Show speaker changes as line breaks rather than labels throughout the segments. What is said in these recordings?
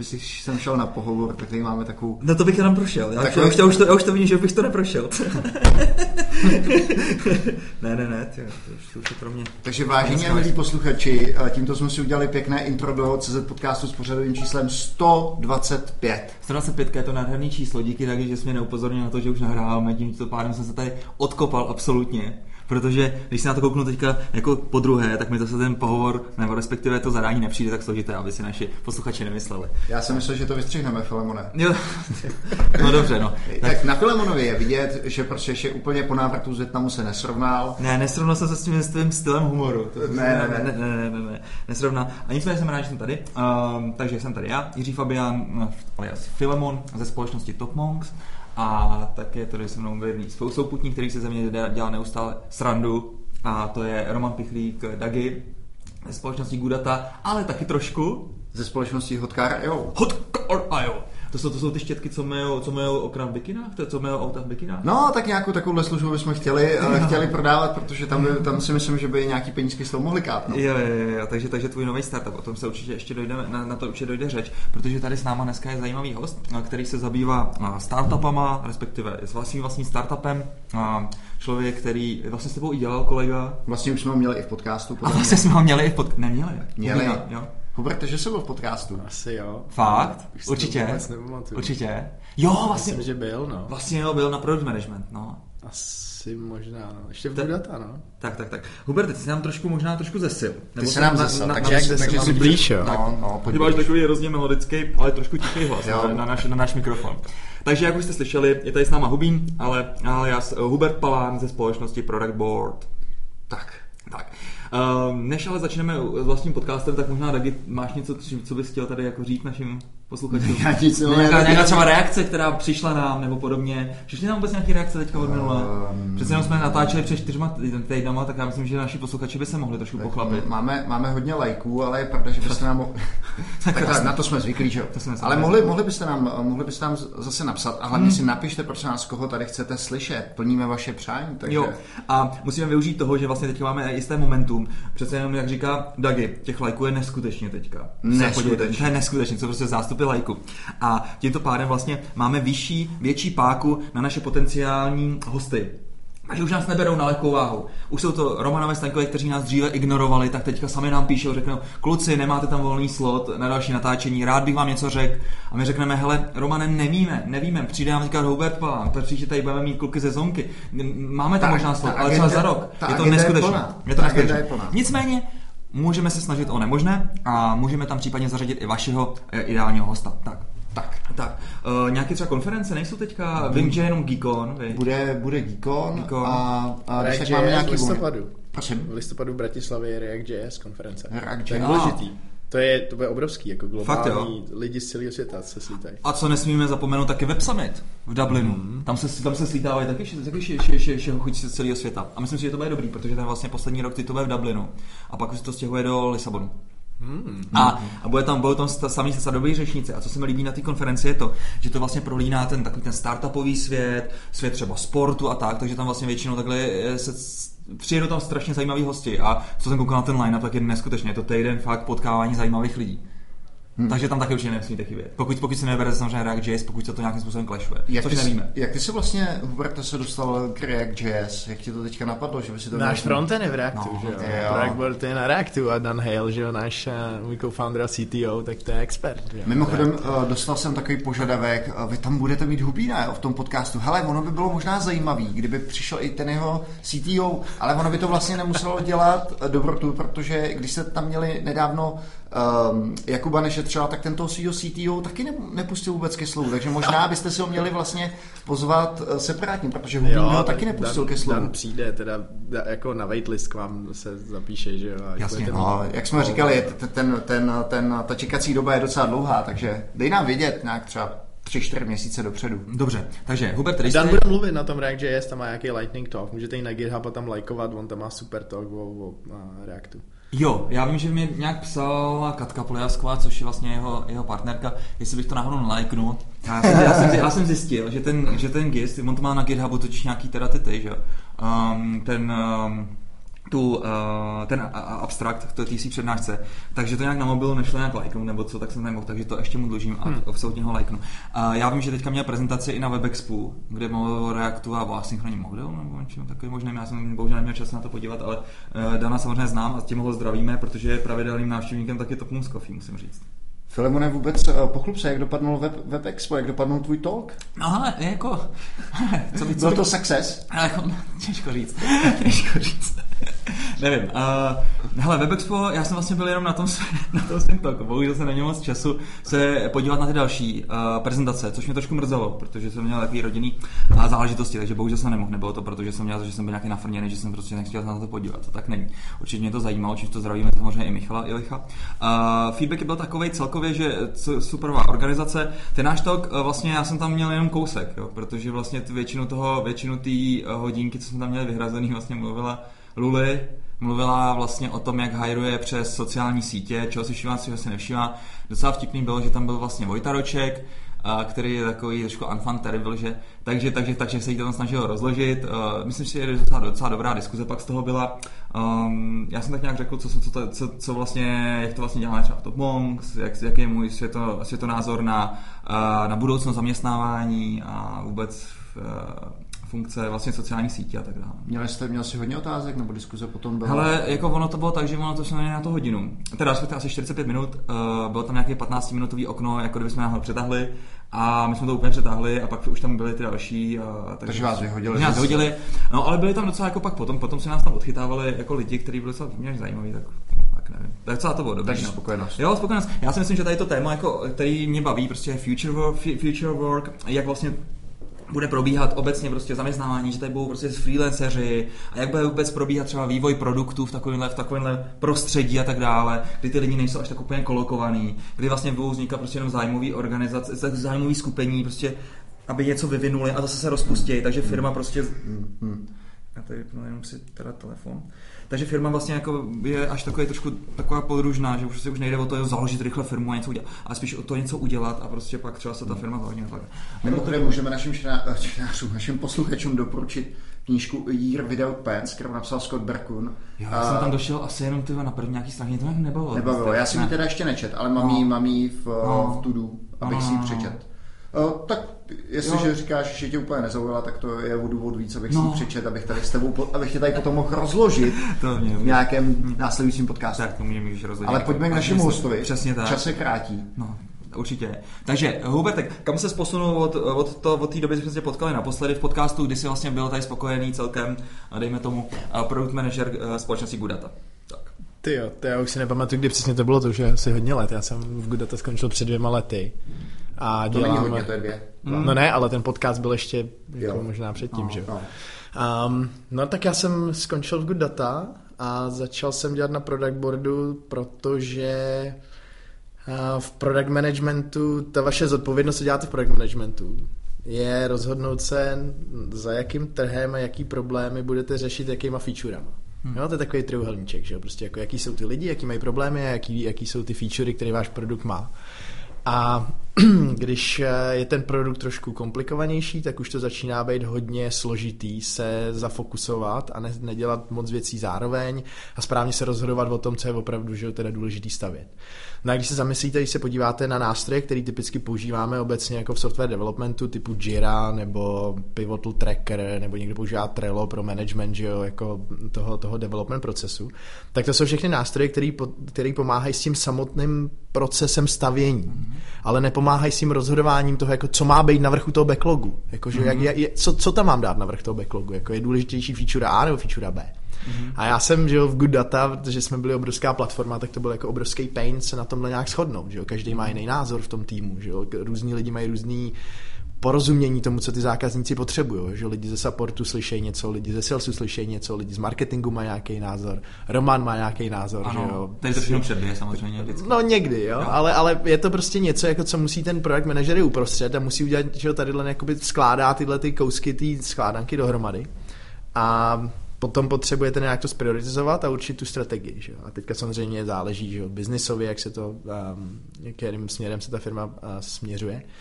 kdyby si sem šel na pohovor, tak tady máme takovou...
No to bych jenom prošel, já už to vidím, že bych to neprošel. ne, to už je pro mě.
Takže vážení a milí posluchači, tímto jsme si udělali pěkné intro do CZ podcastu s pořadovým číslem 125.
125 je to nádherný číslo, díky taky, že jsi mě neupozornil na to, že už nahráváme, tímto pádem jsem se tady odkopal absolutně. Protože když se na to kouknu teďka jako po druhé, tak mi to se ten pohovor, nebo respektive to zadání nepřijde tak složité, aby si naši posluchači nemysleli.
Já jsem myslel, že to vystřihneme, Filemone.
Jo, no dobře, no.
Tak na Filemonovi je vidět, že prostě ještě úplně po návratu z Vietnamu se nesrovnal.
Ne, nesrovnal jsem se s tím stylem humoru. Ne, nesrovnal. A nicméně jsem rád, že jsem tady. Takže jsem tady já, Jiří Fabián, alias Filemon ze společnosti Top Monks. A také je tady se mnou věrný souputník, který se ze mě dělá neustále srandu, a to je Roman Pichlík Dagi ze společnosti Goodata, ale taky trošku
ze společnosti Hotcar.io.
Hotcar.io. To jsou ty štětky, co mějou okna v bikinách? Co mějou auta v bikinách?
No, tak nějakou takovouhle službu bychom chtěli prodávat, protože tam si myslím, že by nějaký penízky z toho mohly kápnout.
Jo, takže tvůj nový startup, o tom se určitě ještě dojdeme, na to určitě dojde řeč, protože tady s náma dneska je zajímavý host, který se zabývá startupama, respektive s vlastním startupem, člověk, který vlastně s tebou i dělal, kolega.
Vlastně už jsme ho měli i v podcastu.
A vlastně jsme ho měli i v podcastu. Neměli?
Měli.
Jo.
Huberte, že jsem byl v podcastu.
Asi jo.
Fakt?
Už
určitě? Určitě? Jo, vlastně.
Myslím, že byl, no.
Vlastně jo, byl na product management, no.
Asi možná, no. Ještě v Goodata, no.
Tak. Huberte, ty jsi nám možná trošku zesil.
Ty se nám zesil,
takže jsi blíž, jo.
No,
ty máš takový hrozně melodický, ale trošku tichý hlas na náš mikrofon. Takže jak už jste slyšeli, je tady s náma Hubín, ale já Hubert Palán ze společnosti Product Board. Tak. Než ale začneme s vlastním podcastem, tak možná Dagi, máš něco, co bys chtěl tady jako říct našim posluchačům? Nějaká třeba reakce, která přišla nám, nebo podobně. Přišly nám vůbec nějaké reakce teďka od minule? Přece jenom jsme natáčeli před 4 týdnama, tak já myslím, že naši posluchači by se mohli trošku pochlapit.
Máme hodně lajků, ale je pravda, že byste nám tak na to jsme zvyklí, že jo. Ale mohli byste nám zase napsat, a hlavně si napište, prosím nás, koho tady chcete slyšet. Plníme vaše přání, takže...
Jo. A musíme využít toho, že vlastně teďka máme jisté momentum. Přece jenom, jak říká Dagi, těch lajků je neskutečně teďka. To je neskutečně, co prostě zástupy lajku. A tímto pádem vlastně máme větší páku na naše potenciální hosty. Takže už nás neberou na lehkou váhu. Už jsou to Romanové Staňkové, kteří nás dříve ignorovali, tak teďka sami nám píšou, řeknou, kluci, nemáte tam volný slot na další natáčení, rád bych vám něco řekl. A my řekneme, hele, Romane, nevíme, přijde nám říkat Hubert Palán, příště tady budeme mít kluky ze Zonky. Máme tam možná slot, ale třeba za rok. Je to neskutečné. Nicméně, můžeme se snažit o nemožné a můžeme tam případně zařadit i vašeho ideálního hosta. Tak. Nějaké třeba konference nejsou teďka? Vím, že je jenom Geekon.
Bude Geekon a když tak máme nějaký
listopadu.
Prosím.
V listopadu v Bratislavě je React.js konference.
React.js.
To je důležitý. To bude obrovský, jako globální
Fakt,
lidi z celého světa se slítají.
A co nesmíme zapomenout, taky Web Summit v Dublinu. Tam se slítávají taky chuť z celého světa. A myslím si, že to bude dobrý, protože ten vlastně poslední rok to bude v Dublinu. A pak už se to stěhuje do Lisabonu. A budou tam sami dobrý řečníci. A co se mi líbí na té konferenci je to, že to vlastně prolíná ten startupový svět třeba sportu a tak, takže tam vlastně většinou takhle přijedou tam strašně zajímaví hosti a co jsem koukal na ten line-up, tak je neskutečně, je to týden fakt potkávání zajímavých lidí. Takže tam taky určitě nemusíte chybět. Pokud si neberete samozřejmě React.js, pokud se to nějakým způsobem clashuje, což nevíme.
Jak ty se vlastně, Hubert, se dostal k React.js? Jak ti to teďka napadlo, že by si to...
Náš frontend je v Reactu, že jo? Product Board je na Reactu a Dan Hale, že jo, náš můj co-founder a CTO, tak to je expert. Jo?
Mimochodem, dostal jsem takový požadavek, vy tam budete mít Hubína, jo, v tom podcastu. Hele, ono by bylo možná zajímavý, kdyby přišel i ten jeho CTO, ale ono by to vlastně nemuselo dělat dobrotu, protože když se tam měli nedávno Jakuba nešetřila, tak tento svýho CTO taky nepustil vůbec ke slovu, takže možná byste si ho měli vlastně pozvat separátně, protože Hubín ho taky nepustil ke slovu.
Dan přijde, teda jako na waitlist k vám se zapíše, že jo.
Jasně, jak jsme říkali, ta čekací doba je docela dlouhá, takže dej nám vědět nějak třeba 3-4 měsíce dopředu.
Dobře, takže Hubert,
Dan bude mluvit na tom React.js, tam má nějaký lightning talk, můžete jít na GitHub a tam lajkovat, on tam má super talk o Reactu.
Jo, já vím, že mě nějak psala Katka Polijasková, což je vlastně jeho partnerka, jestli bych to náhodou lajknul. Já jsem zjistil, že ten GIS, on to má na GitHubu totiž nějaký teda že jo. ten abstrakt té svý přednášce, takže to nějak na mobilu nešlo nějak lajknout nebo co, tak jsem nemohl, takže to ještě mu dlužím a absolutně ho lajknu. Já vím, že teďka měl prezentaci i na WebExpu, kde mluvil o Reactu a o asynchronním modelu nebo něčím takovým možným, já jsem bohužel neměl čas na to podívat, ale Dana samozřejmě znám a tím ho zdravíme, protože je pravidelným návštěvníkem taky Top News Coffee, musím říct.
Filemone, vůbec pochlub se, jak dopadnul WebExpo, jak dopadnul tvůj talk?
No ale jako...
Byl to success?
Těžko říct. Nevím. Hele, WebExpo, já jsem vlastně byl jenom na tom svém talku. Bohužel jsem neměl moc času se podívat na ty další prezentace, což mě trošku mrzelo, protože jsem měl takový rodinný záležitosti, takže bohužel jsem nemohl. Nebylo to, protože jsem měl, že jsem byl nějaký nafrněný, že jsem prostě nechtěl na to podívat. To tak není. Určitě mě to zajímalo, určitě to zdravíme samozřejmě i Michala Ilicha. Feedback byl takovej celkově, že superová organizace. Ten náš talk, vlastně já jsem tam měl jenom kousek, jo, protože vlastně většinu té hodinky, co jsme tam měli vyhrazený, vlastně mluvila vlastně o tom, jak hajruje přes sociální sítě, čeho si všímá, čeho si nevšímá. Docela vtipný bylo, že tam byl vlastně Vojta Roček, který je takový trošku enfant terrible, že takže se jí to tam snažilo rozložit. Myslím si, že je docela dobrá diskuze pak z toho byla. Já jsem tak nějak řekl, co vlastně, jak to vlastně děláme třeba v Top Monks, jaký je můj světonázor na budoucnost zaměstnávání a vůbec funkce vlastně sociálních sítí a tak dále.
Měl jsi hodně otázek, nebo diskuze potom byla?
Hele, jako ono to bylo tak, že ono to šlo na to hodinu. Teda jsme asi 45 minut, bylo tam nějaké 15-minutový okno, jako kdyby jsme ho přetáhli a my jsme to úplně přetáhli a pak už tam byly ty další.
Takže vás vyhodili.
No, ale byli tam docela jako pak potom se nás tam odchytávali jako lidi, kteří byli docela zajímaví, tak nevím. Tak celá to bylo dobré.
Takže spokojenost.
Jo, spokojenost. Já si myslím, že tady to téma, jako, který mě baví, prostě future work, jak vlastně bude probíhat obecně prostě zaměstnávání, že tady budou prostě freelanceři a jak bude vůbec probíhat třeba vývoj produktů v takovémhle prostředí a tak dále, kdy ty lidi nejsou až tak úplně kolokovaný, kdy vlastně budou vznikat prostě jenom zájmový organizace, zájmový skupení, prostě aby něco vyvinuli a zase se rozpustí, takže firma prostě já tady vypnu jenom si teda telefon. Takže firma vlastně jako je až taková podružná, že už nejde o to založit rychle firmu a něco udělat, ale spíš o to něco udělat a prostě pak třeba se ta firma založí.
Mimochodem můžeme našim posluchačům doporučit knížku Year Without Pants, kterou napsal Scott Berkun.
Já jsem tam došel asi jenom na první nějaký straně, to mě
nebavilo. Já jsem ji teda ještě nečet, ale mám jí v to-do, abych si ji přečet. Tak jestliže říkáš, že tě úplně nezaujala, tak to je o důvod víc, abych si ji přečet, abych tě tady potom mohl rozložit v nějakém následujícím podcastu.
Tak to můžeme už rozložit.
Ale pojďme k našemu hostovi.
Přesně tak.
Čas se krátí.
No. Určitě. Takže Hubertek, kam se posunul od té doby, kdy jsme se potkali naposledy v podcastu, kdy jsi vlastně byl tady spokojený celkem, dejme tomu, product manager společnosti Goodata. Tak.
Tyjo, to já už si nepamatuju, kdy přesně to bylo, to už je asi hodně let. Já jsem v Goodata skončil před 2 lety. A
to není hodně, to je 2.
No ne, ale ten podcast byl ještě jako možná předtím, že jo. No tak já jsem skončil v Goodata a začal jsem dělat na product boardu, protože v product managementu, ta vaše zodpovědnost, co děláte v product managementu, je rozhodnout se, za jakým trhem a jaký problémy budete řešit, jakýma featurama. Jo, to je takový trojúhelníček, že jo, prostě jako jaký jsou ty lidi, jaký mají problémy a jaký jsou ty featurey, které váš produkt má. A když je ten produkt trošku komplikovanější, tak už to začíná být hodně složitý se zafokusovat a nedělat moc věcí zároveň a správně se rozhodovat o tom, co je opravdu, že je teda důležitý stavět. No a když se zamyslíte, když se podíváte na nástroje, který typicky používáme obecně jako v software developmentu typu Jira nebo Pivotal Tracker nebo někdo používá Trello pro management, že jo, jako toho development procesu, tak to jsou všechny nástroje, který pomáhají s tím samotným procesem stavění, ale nepomáhají s tím rozhodováním toho, jako co má být na vrchu toho backlogu, jakože co tam mám dát na vrch toho backlogu, jako je důležitější feature A nebo feature B. A já jsem, že jo, v Goodata, protože jsme byli obrovská platforma, tak to byl jako obrovský pain se na tomhle nějak shodnout, že jo, každý má jiný názor v tom týmu, že jo, různí lidi mají různý porozumění tomu, co ty zákazníci potřebují, že lidi ze supportu slyšejí něco, lidi ze salesu slyšejí něco, lidi z marketingu mají nějaký názor, Roman má nějaký názor,
ano,
že jo.
Tady to všechno předběje samozřejmě vždycky.
No někdy, jo, ale je to prostě něco, jako co musí ten projekt manažer uprostřed a musí udělat, že jo, tadyhle jakoby skládá tyhle ty kousky, ty skládanky dohromady a potom potřebujete nějak to sprioritizovat a určit tu strategii. Že? A teďka samozřejmě záleží, že biznisově, jak se to, jakým směrem se ta firma směřuje.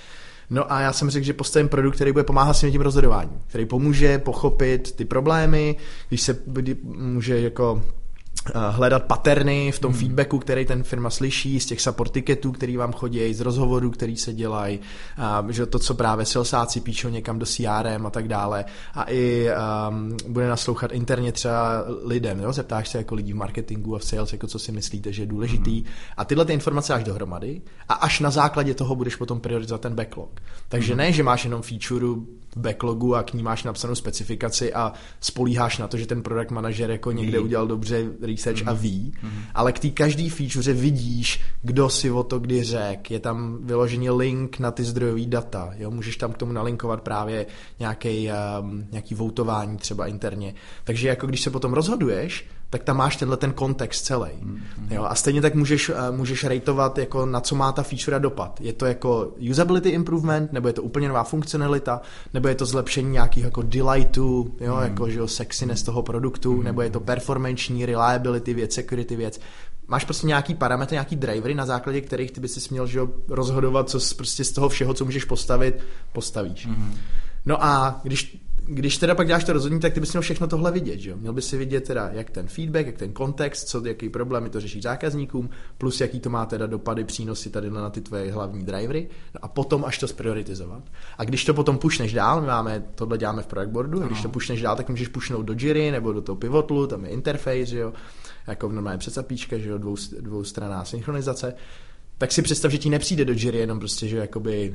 No a já jsem řekl, že postavím produkt, který bude pomáhat s tím rozhodováním, který pomůže pochopit ty problémy, když se může jako hledat paterny v tom feedbacku, který ten firma slyší, z těch support ticketů, který vám chodí, z rozhovorů, který se dělají, že to, co právě salesáci píšou někam do CRM a tak dále. A i bude naslouchat interně třeba lidem, jo? Zeptáš se jako lidí v marketingu a v sales, jako co si myslíte, že je důležitý. A tyhle ty informace až dohromady a až na základě toho budeš potom priorizovat ten backlog. Takže ne, že máš jenom feature v backlogu a k ní máš napsanou specifikaci a spolíháš na to, že ten product manažer jako někde udělal dobře research a ví, ale k té každý feature vidíš, kdo si o to kdy řek, je tam vyložený link na ty zdrojové data, jo? Můžeš tam k tomu nalinkovat právě nějaký voutování třeba interně. Takže jako když se potom rozhoduješ, tak tam máš ten kontext celý. Jo? A stejně tak můžeš rateovat, jako na co má ta feature dopad. Je to jako usability improvement, nebo je to úplně nová funkcionalita, nebo je to zlepšení nějakých jako delightu, jo? Jako že sexiness toho produktu, nebo je to performanční, reliability věc, security věc. Máš prostě nějaký parametry, nějaký drivery, na základě kterých ty by si směl rozhodovat, co prostě z toho všeho, co můžeš postavit, postavíš. No a když teda pak děláš to rozhodnutí, tak ty bys měl všechno tohle vidět, že jo? Měl bys si vidět teda, jak ten feedback, jak ten kontext, jaký problémy to řeší zákazníkům, plus jaký to má teda dopady, přínosy tady na ty tvoje hlavní drivery, no a potom až to sprioritizovat. A když to potom pushneš dál, tohle děláme v project boardu, a když to pushneš dál, tak můžeš pushnout do Jiry nebo do toho pivotlu, tam je interface, že jo? Jako v normálně přecapíčka, že jo, dvoustranná synchronizace, tak si představ, že ti nepřijde do Jiry jenom prostě, že jakoby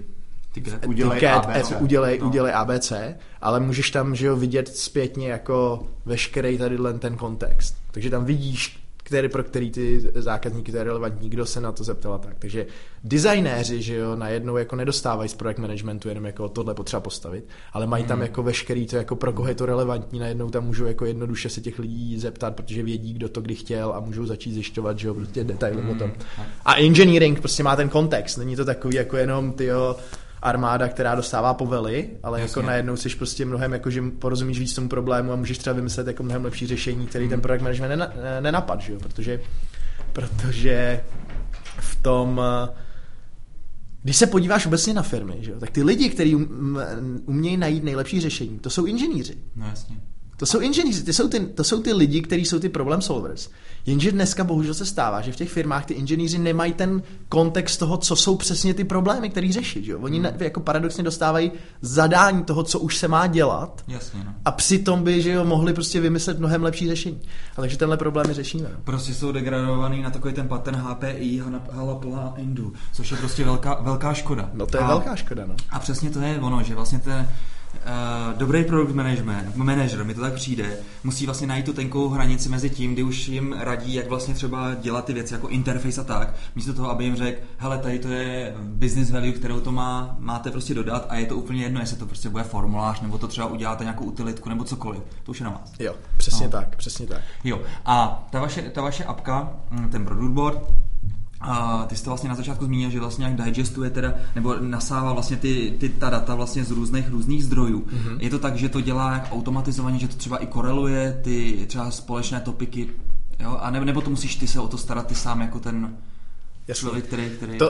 udělej ABC, ale můžeš tam, že jo, vidět zpětně jako veškerý tady ten kontext. Takže tam vidíš, pro který ty zákazníky to je relevantní, kdo se na to zeptal a tak. Takže designéři, že jo, najednou jako nedostávají z projekt managementu jenom jako tohle potřeba postavit, ale mají tam jako veškerý to jako pro koho je to relevantní, najednou tam můžou jako jednoduše se těch lidí zeptat, protože vědí, kdo to kdy chtěl a můžou začít zjišťovat, že jo, prostě detaily o tom. A engineering prostě má ten kontext, není to takový jako jenom armáda, která dostává povely, ale jasně. Jako najednou jsi prostě mnohem, jako, že porozumíš víc tomu problému a můžeš třeba vymyslet jako mnohem lepší řešení, který ten projekt management nenapad, že jo? Protože v tom, když se podíváš obecně na firmy, že jo? Tak ty lidi, kteří umějí najít nejlepší řešení, to jsou inženýři.
No jasně.
To jsou inženýři, to jsou ty lidi, kteří jsou ty problem solvers. Jenže dneska bohužel se stává, že v těch firmách ty inženýři nemají ten kontext toho, co jsou přesně ty problémy, který řešit. Že? Oni jako paradoxně dostávají zadání toho, co už se má dělat.
Jasně, no.
A přitom by, že jo, mohli prostě vymyslet mnohem lepší řešení. A takže tenhle problémy řešíme. No.
Prostě jsou degradovaný na takový ten pattern HPI, hala plná indu, což je prostě velká škoda.
No to je velká škoda, no.
A přesně to je ono, že vlastně ten dobrý product manager, mi to tak přijde, musí vlastně najít tu tenkou hranici mezi tím, kdy už jim radí, jak vlastně třeba dělat ty věci jako interface a tak, místo toho, aby jim řekl, hele, tady to je business value, kterou to máte prostě dodat a je to úplně jedno, jestli to prostě bude formulář, nebo to třeba uděláte nějakou utilitku, nebo cokoliv, to už je na vás.
Jo, přesně tak.
Jo, a ta vaše apka, ten product board, ty jsi to vlastně na začátku zmínil, že vlastně jak digestuje teda, nebo nasává vlastně ta data vlastně z různých zdrojů. Mm-hmm. Je to tak, že to dělá jak automatizovaně, že to třeba i koreluje ty třeba společné topiky, jo? A nebo to musíš ty se o to starat ty sám jako ten člověk, který...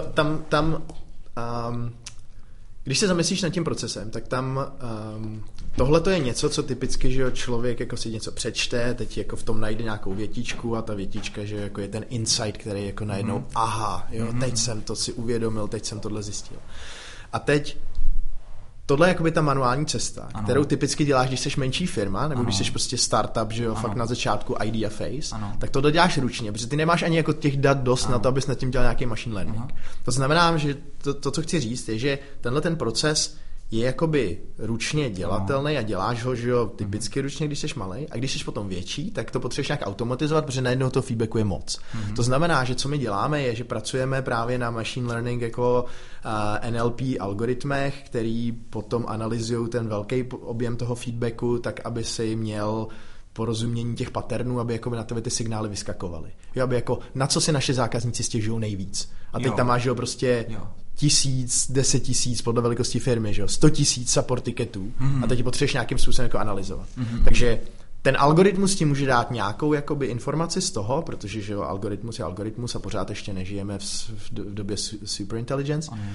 Když se zamyslíš nad tím procesem, tak tam tohle to je něco, co typicky, že člověk jako si něco přečte, teď jako v tom najde nějakou větičku a ta větička, že jako je ten insight, který jako najednou aha, jo, teď jsem to si uvědomil, teď jsem tohle zjistil. A teď tohle je jakoby ta manuální cesta, kterou typicky děláš, když jsi menší firma, nebo když jsi prostě startup, že jo, fakt na začátku idea phase, tak tohle děláš ručně, protože ty nemáš ani jako těch dat dost na to, abys nad tím dělal nějaký machine learning. To znamená, že to, co chci říct, je, že tenhle ten proces je jakoby ručně dělatelný a děláš ho, že jo, typicky ručně, když jsi malej, a když jsi potom větší, tak to potřebuješ nějak automatizovat, protože najednou toho feedbacku je moc. To znamená, že co my děláme, je, že pracujeme právě na machine learning jako NLP algoritmech, který potom analyzují ten velký objem toho feedbacku, tak aby si měl porozumění těch patternů, aby jako na tebe ty signály vyskakovaly. Jo, aby jako na co si naše zákazníci stěžují nejvíc. A teď tam máš, že jo, prostě 1000, 10 000 podle velikosti firmy, že jo, 100 000 support ticketů a teď potřebuješ nějakým způsobem jako analyzovat. Takže ten algoritmus ti může dát nějakou jakoby informaci z toho, protože že jo, algoritmus je algoritmus a pořád ještě nežijeme v době superintelligence.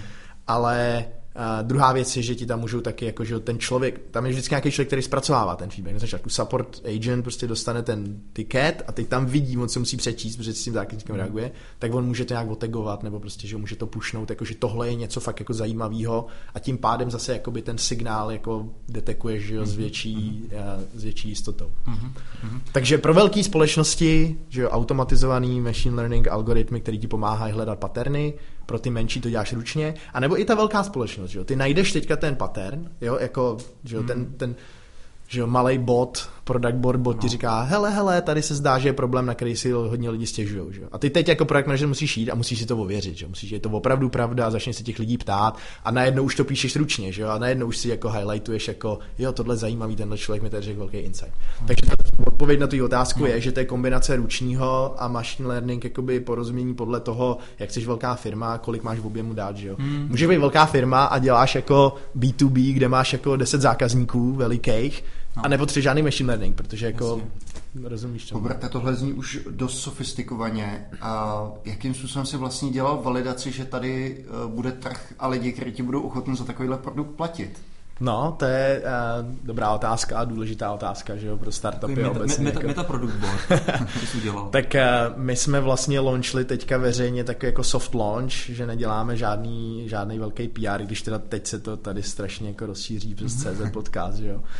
ale druhá věc je, že ti tam můžou taky, jako, že ten člověk, tam je vždycky nějaký člověk, který zpracovává ten feedback. Na začátku support agent prostě dostane ten ticket a teď tam vidí, on se musí přečíst, protože s tím zákazníkem reaguje, tak on může to nějak otagovat, nebo prostě, že může to pushnout, jako, že tohle je něco fakt jako zajímavého a tím pádem zase jakoby ten signál jako detekuješ, že jo, s větší jistotou. Takže pro velké společnosti, že jo, automatizovaný machine learning algoritmy, který ti pomáhají hledat paterny, pro ty menší to děláš ručně, anebo i ta velká společnost, že jo? Ty najdeš teďka ten pattern, jo, jako, že jo, ten že jo, malej bot, product board bot ti říká, hele, tady se zdá, že je problém, na který si hodně lidi stěžujou, že jo. A ty teď jako product manager musíš jít a musíš si to ověřit, že jo. Musíš, je to opravdu pravda a začneš se těch lidí ptát a najednou už to píšeš ručně, že jo. A najednou už si jako highlightuješ jako, jo, tohle zajímavý, tenhle člověk mi tady řekl velký insight. Takže odpověď na tu otázku je, že to je kombinace ručního a machine learning, jakoby porozumění podle toho, jak jsi velká firma, kolik máš v objemu dát, že jo. Můžeš být velká firma a děláš jako B2B, kde máš jako 10 zákazníků velikých, a nepotřebuje žádný machine learning, protože jako rozumíš to.
Huberte, tohle zní už dost sofistikovaně. A jakým způsobem si vlastně dělal validaci, že tady bude trh a lidi, kteří ti budou ochotní za takovýhle produkt platit?
No, to je dobrá otázka a důležitá otázka, že jo, pro startupy obecně.
Meta product board, co jsi udělal?
Tak my jsme vlastně launchli teďka veřejně takový jako soft launch, že neděláme žádný velký PR, když teda teď se to tady strašně jako rozšíří přes CZ podcast, že jo.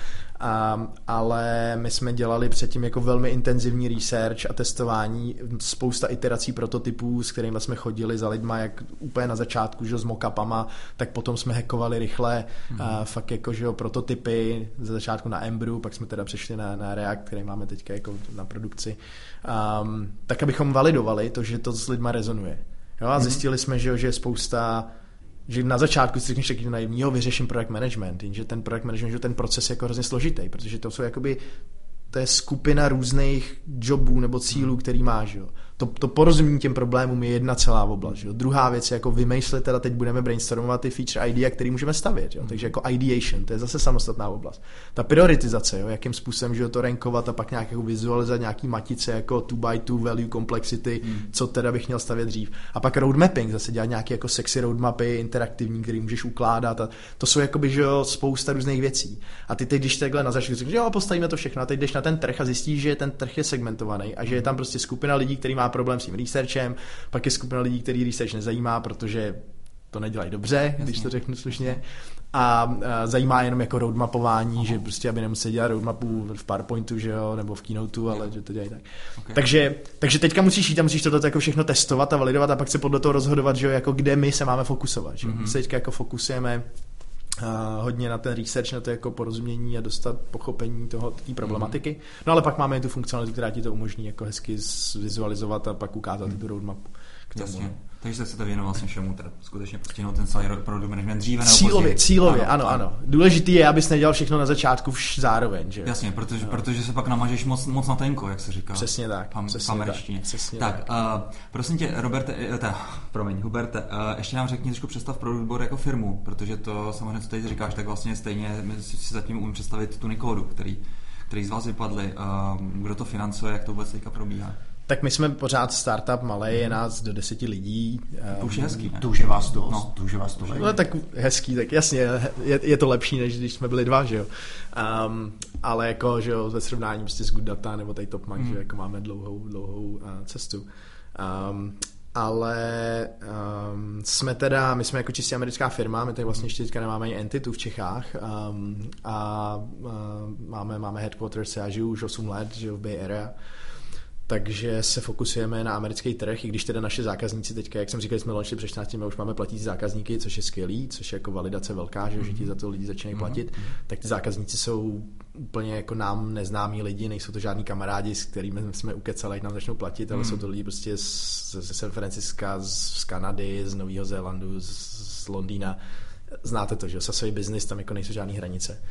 Ale my jsme dělali předtím jako velmi intenzivní research a testování, spousta iterací prototypů, s kterými jsme chodili za lidma, jak úplně na začátku, že s mockupama, tak potom jsme hackovali rychle fakt jako, že prototypy za začátku na Embru, pak jsme teda přešli na React, který máme teďka jako na produkci, tak abychom validovali to, že to s lidma rezonuje. Jo, a zjistili jsme, že je spousta, že na začátku si řekneš taky naivního, vyřeším projekt management, jenže ten projekt management, že ten proces je jako hrozně složitý, protože to jsou jakoby, to je skupina různých jobů nebo cílů, který máš, jo. To porozumění těm problémům je jedna celá oblast, jo. Druhá věc je jako vymýšlet, teda teď budeme brainstormovat ty feature idea, který můžeme stavět, jo. Takže jako ideation, to je zase samostatná oblast. Ta prioritizace, jo, jakým způsobem, že to rankovat a pak nějak jako vizualizovat nějaký matice jako 2x2 value complexity, co teda bych měl stavět dřív. A pak roadmapping, zase dělat nějaké jako sexy roadmapy interaktivní, který můžeš ukládat a to jsou jakoby, že jo, spousta různých věcí. A ty teď, když takhle na začátku řekneš, jo, postavíme to všechno, a teď jdeš na ten trh a zjistíš, že ten trh je segmentovaný a že je tam prostě skupina lidí, kteří má problém s tím researchem, pak je skupina lidí, který research nezajímá, protože to nedělají dobře, když to řeknu slušně. A zajímá jenom jako roadmapování, že prostě aby nemuseli dělat roadmapu v PowerPointu, že jo, nebo v Keynoteu, ale že to dělají tak. Okay. Takže teďka musíš jít a musíš toto jako všechno testovat a validovat a pak se podle toho rozhodovat, že jo, jako kde my se máme fokusovat. Že? My se teďka jako fokusujeme hodně na ten research, na to jako porozumění a dostat pochopení té problematiky. No ale pak máme i tu funkcionalitu, která ti to umožní jako hezky vizualizovat a pak ukázat tu roadmapu.
Jasně. Takže se chcete věnovat vlastně všemu, teda skutečně postihnout ten celý product management dříve nebo později.
Cílově, ano. Důležitý je, abys nedělal všechno na začátku zároveň, že?
Jasně, protože se pak namažeš moc na tenko, jak se říká.
Přesně tak.
Tak, prosím tě, Huberte, ještě nám řekni trošku představ product board jako firmu, protože to samozřejmě, co teď říkáš, tak vlastně stejně si zatím umím představit tu Nikodu, který z vás vypadli, kdo to financuje, jak to vůbec teďka probíhá.
Tak my jsme pořád startup malej, je nás do 10 lidí.
To už je hezký, ne?
To už je vás dost.
No tak hezký, tak jasně, je to lepší, než když jsme byli dva, že jo. Ale jako, že jo, ve srovnání prostě s Good Data nebo tady Topman, že jako máme dlouhou cestu. Ale my jsme jako čistě americká firma, my tady vlastně ještě teďka nemáme ani entitu v Čechách a máme headquarters a žiju už 8 let, žiju v Bay Area. Takže se fokusujeme na americký trh, i když teda naše zákazníci teďka, jak jsem říkal, jsme launchli před 14 dny, už máme platící zákazníky, což je skvělý, což je jako validace velká, že ti za to lidi začínají platit, tak ty zákazníci jsou úplně jako nám neznámí lidi, nejsou to žádní kamarádi, s kterými jsme ukecali, jak nám začnou platit, ale jsou to lidi prostě ze San Francisca, z Kanady, z Nového Zélandu, z Londýna. Znáte to, že sasový biznis, tam jako nejsou žádný hranice.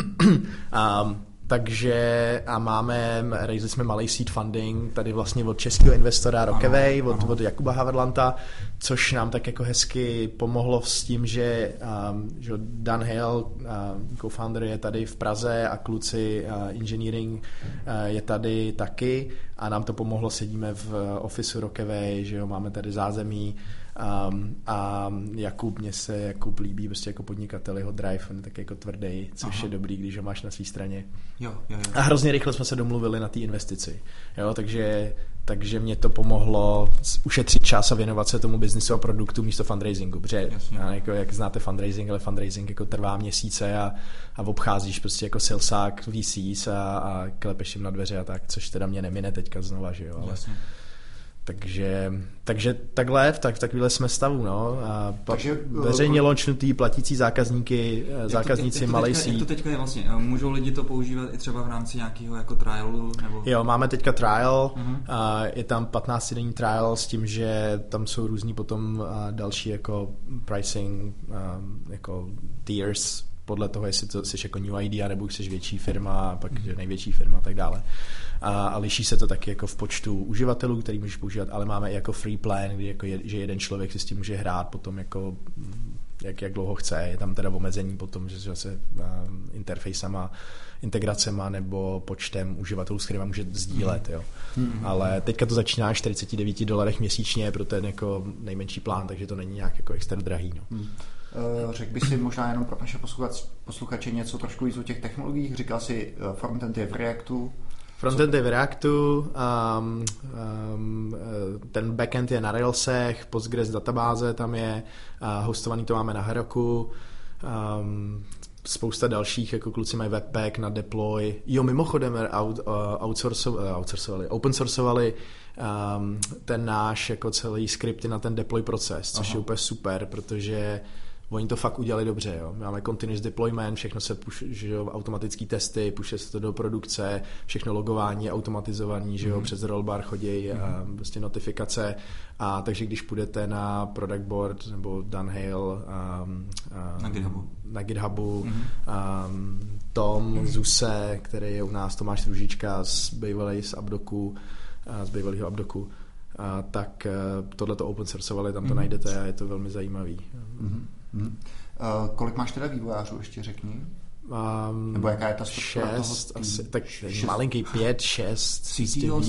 Takže raisli jsme malý seed funding tady vlastně od českého investora Rockaway, od Jakuba Haverlanta, což nám tak jako hezky pomohlo s tím, že Dan Hale, co-founder, je tady v Praze a kluci engineering je tady taky a nám to pomohlo, sedíme v ofisu Rockaway, že jo, máme tady zázemí A Jakub líbí prostě jako podnikatel, jeho drive, on je tak jako tvrdý, což je dobrý, když ho máš na své straně.
Jo.
A hrozně rychle jsme se domluvili na té investici. Jo, takže mě to pomohlo ušetřit čas a věnovat se tomu biznisu a produktu místo fundraisingu, protože jako, jak znáte fundraising, ale fundraising jako trvá měsíce a obcházíš prostě jako salesák VCs a klepeš jim na dveře a tak, což teda mě nemine teďka znova, že jo, ale... Takže takhle, v takovýhle jsme stavu, no. A veřejně launchnutý platící zákazníci malej síť.
Jak to teďka je vlastně? Můžou lidi to používat i třeba v rámci nějakého jako trialu? Nebo...
Jo, máme teďka trial, je tam 15denní trial s tím, že tam jsou různý potom další jako pricing, jako tiers, podle toho, jestli to jsi jako new idea, nebo jsi větší firma, a pak největší firma a tak dále. A liší se to taky jako v počtu uživatelů, který můžeš používat, ale máme i jako free plan, kdy jako že jeden člověk si s tím může hrát potom jako jak dlouho chce. Je tam teda omezení potom, že se interfejsama, integracema nebo počtem uživatelů, s kterými může sdílet. Jo. Ale teďka to začíná $49 měsíčně pro ten jako nejmenší plán, takže to není nějak jako extra drahý. No.
Řekl by si možná jenom pro naše posluchače něco trošku víc o těch technologiích. Říkal si frontend je v Reactu.
Frontend je v Reactu, ten backend je na Railsech, Postgres databáze tam je, hostovaný to máme na Heroku, spousta dalších, jako kluci mají Webpack na deploy. Jo, mimochodem open sourceovali ten náš jako celý skripty na ten deploy proces, což je úplně super, protože oni to fakt udělali dobře, jo. Máme continuous deployment, všechno se automatický testy, puše se to do produkce, všechno logování je automatizovaný, že jo, přes rollbar chodí prostě notifikace, a takže když půjdete na product board nebo Dunhill na GitHubu Tom Zuse, který je u nás, Tomáš Růžička z bývalého Abdoku, tak tohleto open sourceovali, tam to najdete a je to velmi zajímavý.
Kolik máš teda vývojářů, ještě řekni? Nebo jaká je ta struktura toho?
6, asi, tak malinký 5, 6
CTO,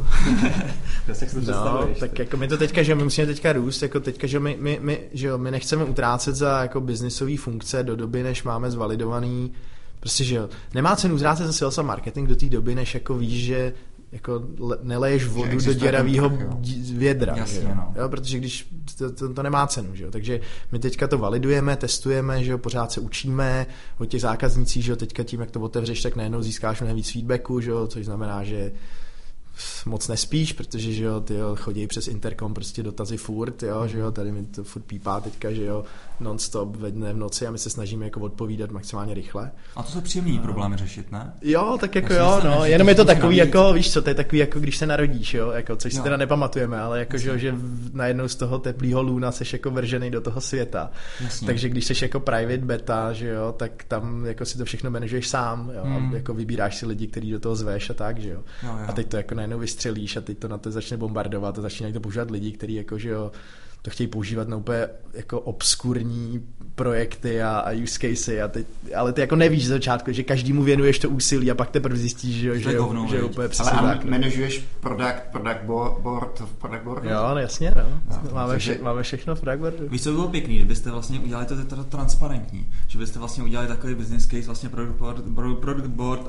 tak jako my to teďka, že my musíme teďka růst, jako teďka, že my nechceme utrácet za jako biznisové funkce do doby, než máme zvalidovaný, prostě, že jo, nemá cenu utrácet za sales a marketing do té doby, než jako víš, že jako neleješ vodu do děravého vědra.
Jasně, no.
Jo, protože když to nemá cenu, že jo? Takže my teďka to validujeme, testujeme, že jo? Pořád se učíme od těch zákaznících, že jo? Teďka tím, jak to otevřeš, tak najednou získáš mnohem víc feedbacku, že jo? Což znamená, že moc nespíš, protože že jo, ty chodí přes interkom prostě dotazy furt, jo, že jo, tady mi to furt pípá teďka, že jo, non-stop ve dne v noci a my se snažíme jako odpovídat maximálně rychle.
A to jsou příjemný problémy řešit, ne?
Jo, tak jako jo, no, jenom je to takový jako, víš co, to je takový jako když se narodíš, jo, jako, což si teda nepamatujeme, ale jako, že najednou z toho teplýho lůna seš jako vržený do toho světa. Jasně. Takže když seš jako private beta, že jo, tak tam jako si to všechno manažuješ sám, jo, a jako vybíráš si lidi, který do toho zveš a tak, že jo. A teď to jako najednou vystřelíš a teď to na to začne bombardovat a začínají to používat lidi, kteří jako, že jo, to chtějí používat na úplně jako obskurní projekty a use casey, ale ty jako nevíš z začátku, že každému věnuješ to úsilí a pak teprve zjistíš, že je úplně přesně tak.
Ale manažuješ product board?
Jo, no jasně, no. Máme všechno v product boardu.
Víš, co by bylo pěkný, kdybyste vlastně udělali to transparentní, že byste vlastně udělali takový business case, vlastně product board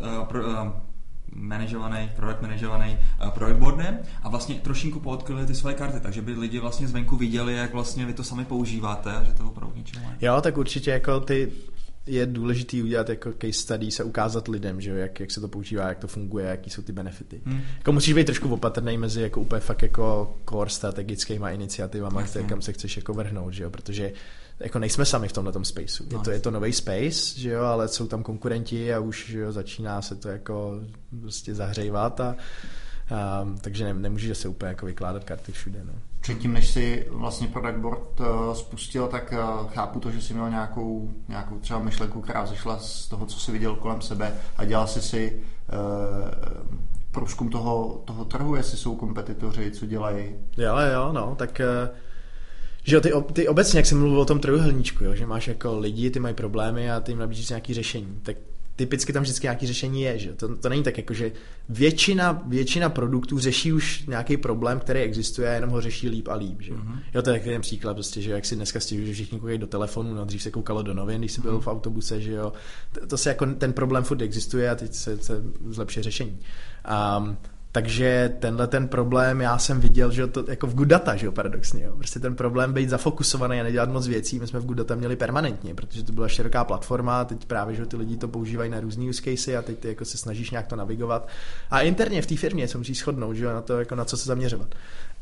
product boardem a vlastně trošinku poodkryli ty svoje karty, takže by lidi vlastně zvenku viděli, jak vlastně vy to sami používáte a že to opravdu ničeho má.
Jo, tak určitě jako je důležitý udělat jako case study, se ukázat lidem, že jak se to používá, jak to funguje, jaký jsou ty benefity. Jako musíš být trošku opatrný mezi jako úplně fakt jako core strategickýma iniciativama, kam se chceš jako vrhnout, že jo, protože jako nejsme sami v tomhletom spaceu. Je to nový space, že jo, ale jsou tam konkurenti a už že jo, začíná se to jako prostě zahřejvat takže nemůžeš se úplně jako vykládat karty všude. No.
Předtím, než si vlastně product board spustil, tak chápu to, že jsi měl nějakou třeba myšlenku, která vzešla z toho, co jsi viděl kolem sebe a dělal si průzkum toho trhu, jestli jsou kompetitoři, co dělají.
Jo, no, tak že jo, ty obecně, jak jsem mluvil o tom trojuhelníčku, jo, že máš jako lidi, ty mají problémy a ty jim nabízíš nějaké řešení. Tak typicky tam vždycky nějaké řešení je, že to není tak jako, že většina produktů řeší už nějaký problém, který existuje a jenom ho řeší líp a líp, že jo, to je takový příklad prostě, že jak si dneska stěžují, že všichni koukají do telefonu, no dřív se koukalo do novin, když jsi byl v autobuse, že jo, to se jako ten problém furt existuje a teď se zlepší řešení. Takže ten problém já jsem viděl, že to jako v Good Data, že jo, paradoxně, jo. Prostě ten problém být zafokusovaný a nedělat moc věcí, my jsme v Good Data měli permanentně, protože to byla široká platforma, teď právě, že ty lidi to používají na různý use casey a teď ty jako se snažíš nějak to navigovat. A interně v té firmě se musí shodnout, že jo, na to, jako na co se zaměřovat.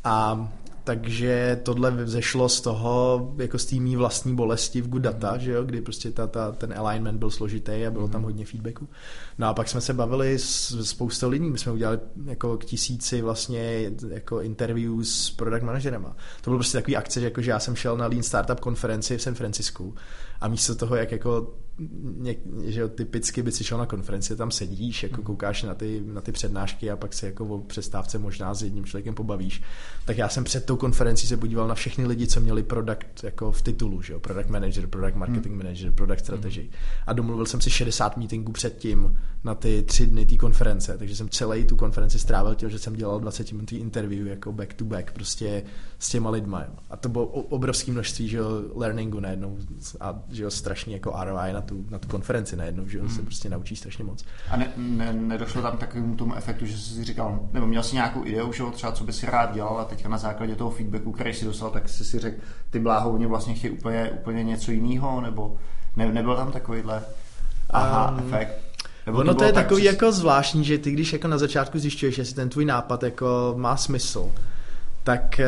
Takže tohle vzešlo z toho, jako z té mý vlastní bolesti v Good Data, že jo, kdy prostě ten alignment byl složitý a bylo tam hodně feedbacku. No a pak jsme se bavili s spoustou lidí, my jsme udělali jako k 1000 vlastně jako interview s product manažerema. To byl prostě takový akce, že, jako, že já jsem šel na Lean Startup konferenci v San Francisku a místo toho, jak jako že typicky by si šel na konferenci, tam sedíš, jako koukáš na ty přednášky a pak se jako o přestávce možná s jedním člověkem pobavíš. Tak já jsem před tou konferencí se podíval na všechny lidi, co měli product jako v titulu, že jo? Product manager, product marketing manager, product strategy. A domluvil jsem si 60 meetingů předtím na ty 3 dny té konference, takže jsem celý tu konferenci strávil tím, že jsem dělal 20-minutový interview jako back to back prostě s těma lidma. Jo? A to bylo obrovské množství, že jo, learningu najednou a že jo, strašný jako ROI na tu konferenci najednou, že jo, se prostě naučí strašně moc.
A nedošlo tam takovému tomu efektu, že jsi si říkal, nebo měl jsi nějakou ideu, že jo, třeba co by si rád dělal a teďka na základě toho feedbacku, který si dostal, tak jsi si řekl, ty bláho, oni vlastně chtějí úplně něco jiného, nebo nebyl tam takovýhle efekt?
Ono to je takový jako zvláštní, že ty když jako na začátku zjišťuješ, jestli ten tvůj nápad jako má smysl, tak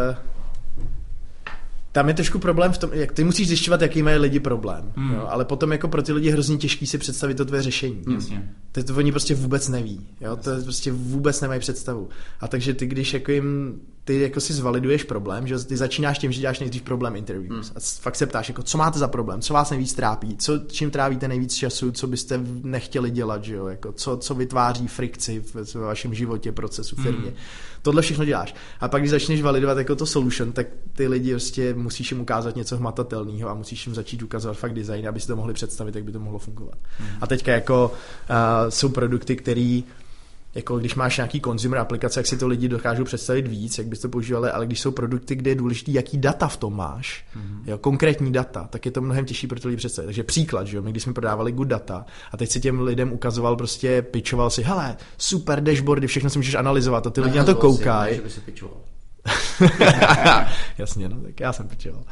tam je trošku problém v tom, jak ty musíš zjišťovat, jaký mají lidi problém, jo? Ale potom jako pro ty lidi hrozně těžký si představit to tvoje řešení. To oni prostě vůbec neví, jo? To prostě vůbec nemají představu. A takže ty, když jako ty jako si zvaliduješ problém, že ty začínáš tím, že děláš nejdřív problém interviews a fakt se ptáš, jako, co máte za problém, co vás nejvíc trápí, čím trávíte nejvíc času, co byste nechtěli dělat, že jo? Jako, co vytváří frikci v vašem životě, procesu, firmě. Tohle všechno děláš. A pak, když začneš validovat jako to solution, tak ty lidi prostě musíš jim ukázat něco hmatatelného a musíš jim začít ukazovat fakt design, aby si to mohli představit, jak by to mohlo fungovat. A teďka jako jsou produkty, který jako když máš nějaký consumer aplikace, jak si to lidi dokážou představit víc, jak bys to používali, ale když jsou produkty, kde je důležitý, jaký data v tom máš, jo, konkrétní data, tak je to mnohem těžší pro ty lidi představit. Takže příklad, že jo, my když jsme prodávali Good Data a teď si těm lidem ukazoval prostě, pitchoval si, hele, super dashboardy, všechno si můžeš analyzovat a ty lidi na to koukají. Jasně, no, tak já jsem pitchoval.